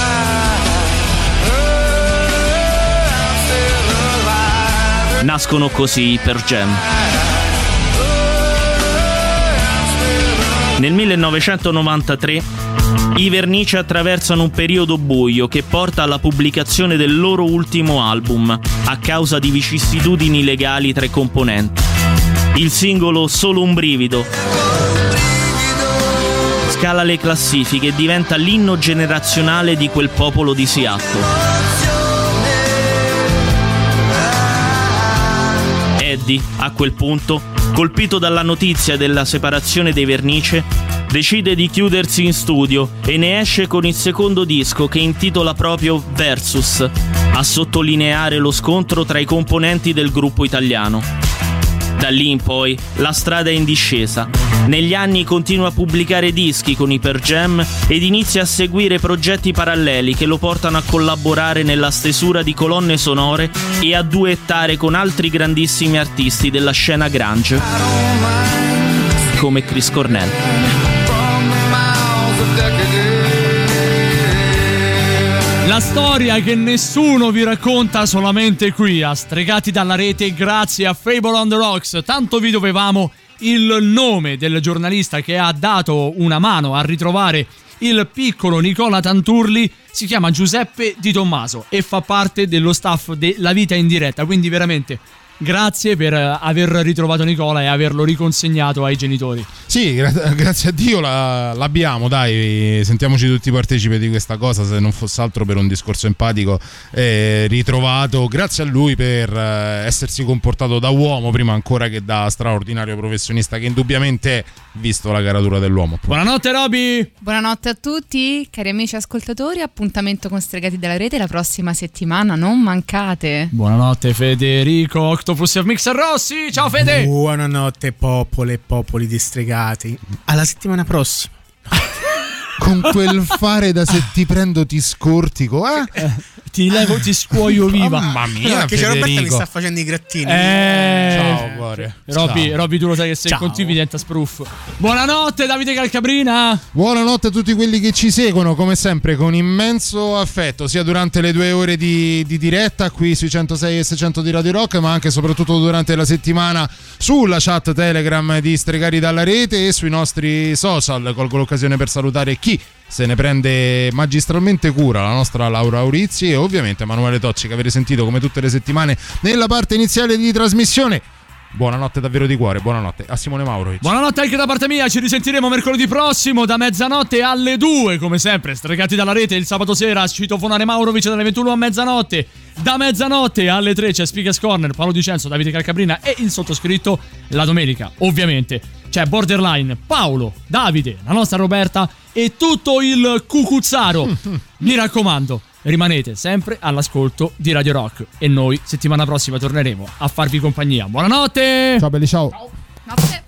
Nascono così i Pearl Jam. Nel millenovecentonovantatré i Vernici attraversano un periodo buio che porta alla pubblicazione del loro ultimo album a causa di vicissitudini legali tra i componenti. Il singolo Solo un brivido scala le classifiche e diventa l'inno generazionale di quel popolo di Seattle. Eddie, a quel punto, colpito dalla notizia della separazione dei Vernice, decide di chiudersi in studio e ne esce con il secondo disco che intitola proprio Versus, a sottolineare lo scontro tra i componenti del gruppo italiano. Da lì in poi la strada è in discesa. Negli anni continua a pubblicare dischi con i Pearl Jam ed inizia a seguire progetti paralleli che lo portano a collaborare nella stesura di colonne sonore e a duettare con altri grandissimi artisti della scena grunge come Chris Cornell. La storia che nessuno vi racconta solamente qui a Stregati dalla Rete, grazie a Fable on the Rocks. Tanto vi dovevamo il nome del giornalista che ha dato una mano a ritrovare il piccolo Nicola Tanturli. Si chiama Giuseppe Di Tommaso e fa parte dello staff della Vita in Diretta, quindi veramente grazie per aver ritrovato Nicola e averlo riconsegnato ai genitori. Sì, gra- grazie a Dio la- l'abbiamo, dai, sentiamoci tutti partecipi di questa cosa, se non fosse altro per un discorso empatico, eh, ritrovato, grazie a lui per eh, essersi comportato da uomo prima ancora che da straordinario professionista che indubbiamente è, visto la caratura dell'uomo. Buonanotte Roby! Buonanotte a tutti, cari amici ascoltatori, appuntamento con Stregati della Rete la prossima settimana, non mancate. Buonanotte Federico Octopus. Octopus e Mixer Rossi. Ciao Fede. Buonanotte popole e popoli distregati. Alla settimana prossima. Con quel fare da se ti prendo ti scortico, eh? eh ti levo, ti scuoio viva. Mamma mia, no, che c'è Roberta mi sta facendo i grattini. Eh, ciao cuore. Robby, Robby, tu lo sai che se ciao. continui diventa sproof. Buonanotte Davide Calcabrina. Buonanotte a tutti quelli che ci seguono, come sempre con immenso affetto, sia durante le due ore di, di diretta qui sui centosei e seicento di Radio Rock, ma anche e soprattutto durante la settimana sulla chat Telegram di Stregati dalla Rete e sui nostri social. Colgo l'occasione per salutare chi se ne prende magistralmente cura, la nostra Laura Aurizi e ovviamente Emanuele Tocci, che avete sentito come tutte le settimane nella parte iniziale di trasmissione. Buonanotte davvero di cuore, buonanotte a Simone Maurovic. Buonanotte anche da parte mia, ci risentiremo mercoledì prossimo da mezzanotte alle due, come sempre, Stregati dalla Rete. Il sabato sera citofonare Maurovic dalle ventuno a mezzanotte. Da mezzanotte alle tre c'è Speakers Corner, Paolo Dicenzo, Davide Calcabrina e il sottoscritto. La domenica, ovviamente, c'è Borderline, Paolo, Davide, la nostra Roberta e tutto il cucuzzaro. Mi raccomando, rimanete sempre all'ascolto di Radio Rock e noi settimana prossima torneremo a farvi compagnia. Buonanotte. Ciao belli, ciao. Ciao. Notte.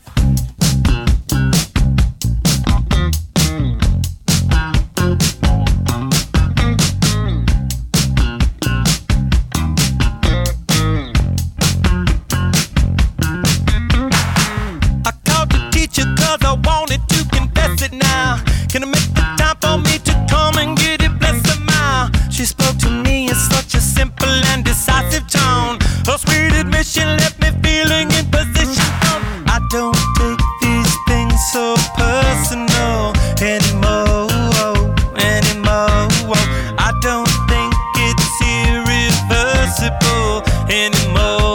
Cause I wanted to confess it now. Can I make the time for me to come and get it? Bless her mouth. She spoke to me in such a simple and decisive tone. Her sweet admission left me feeling in position. I don't take these things so personal anymore, anymore. I don't think it's irreversible anymore.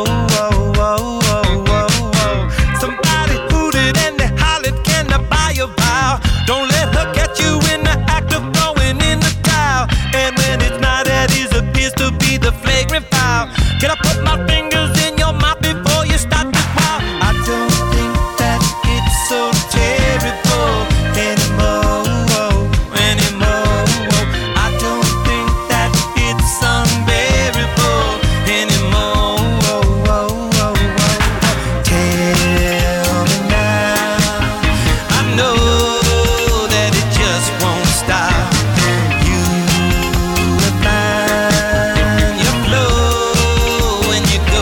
Don't let her catch you in the act of throwing in the towel. And when it's not at ease, appears to be the flagrant foul. Can I put my fingers in your mouth before you start to wow? I don't think that it's so terrible anymore, anymore. I don't think that it's unbearable anymore. Tell me now, I know won't stop. You will find your flow when you go.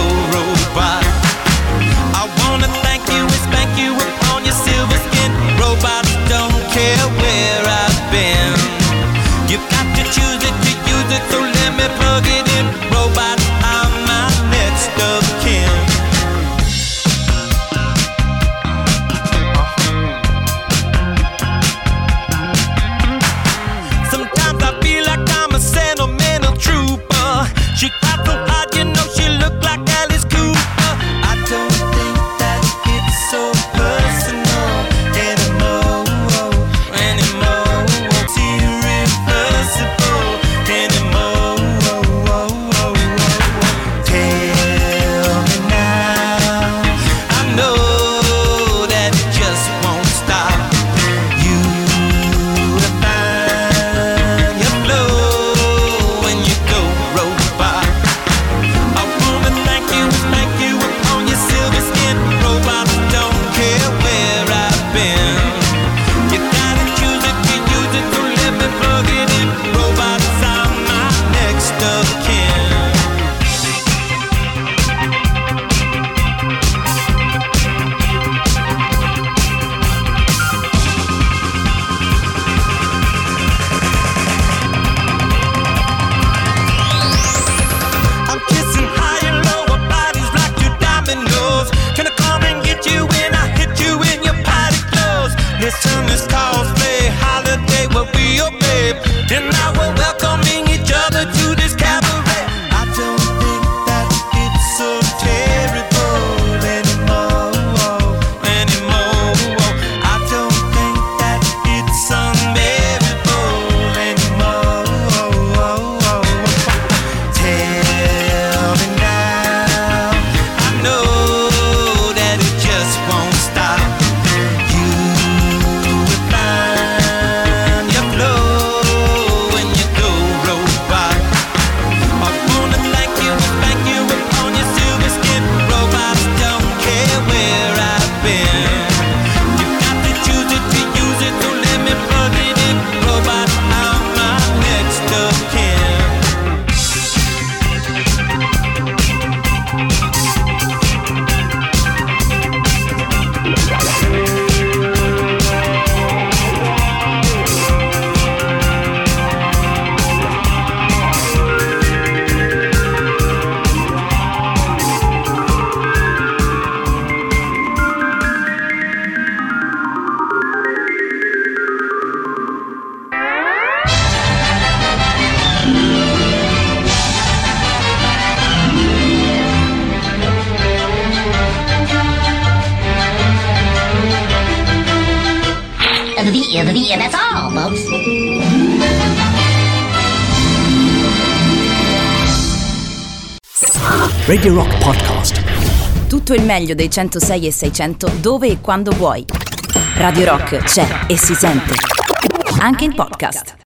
and the and the and that's all, folks. Radio Rock Podcast. Tutto il meglio dei centosei e seicento dove e quando vuoi. Radio Rock c'è e si sente. Anche in podcast.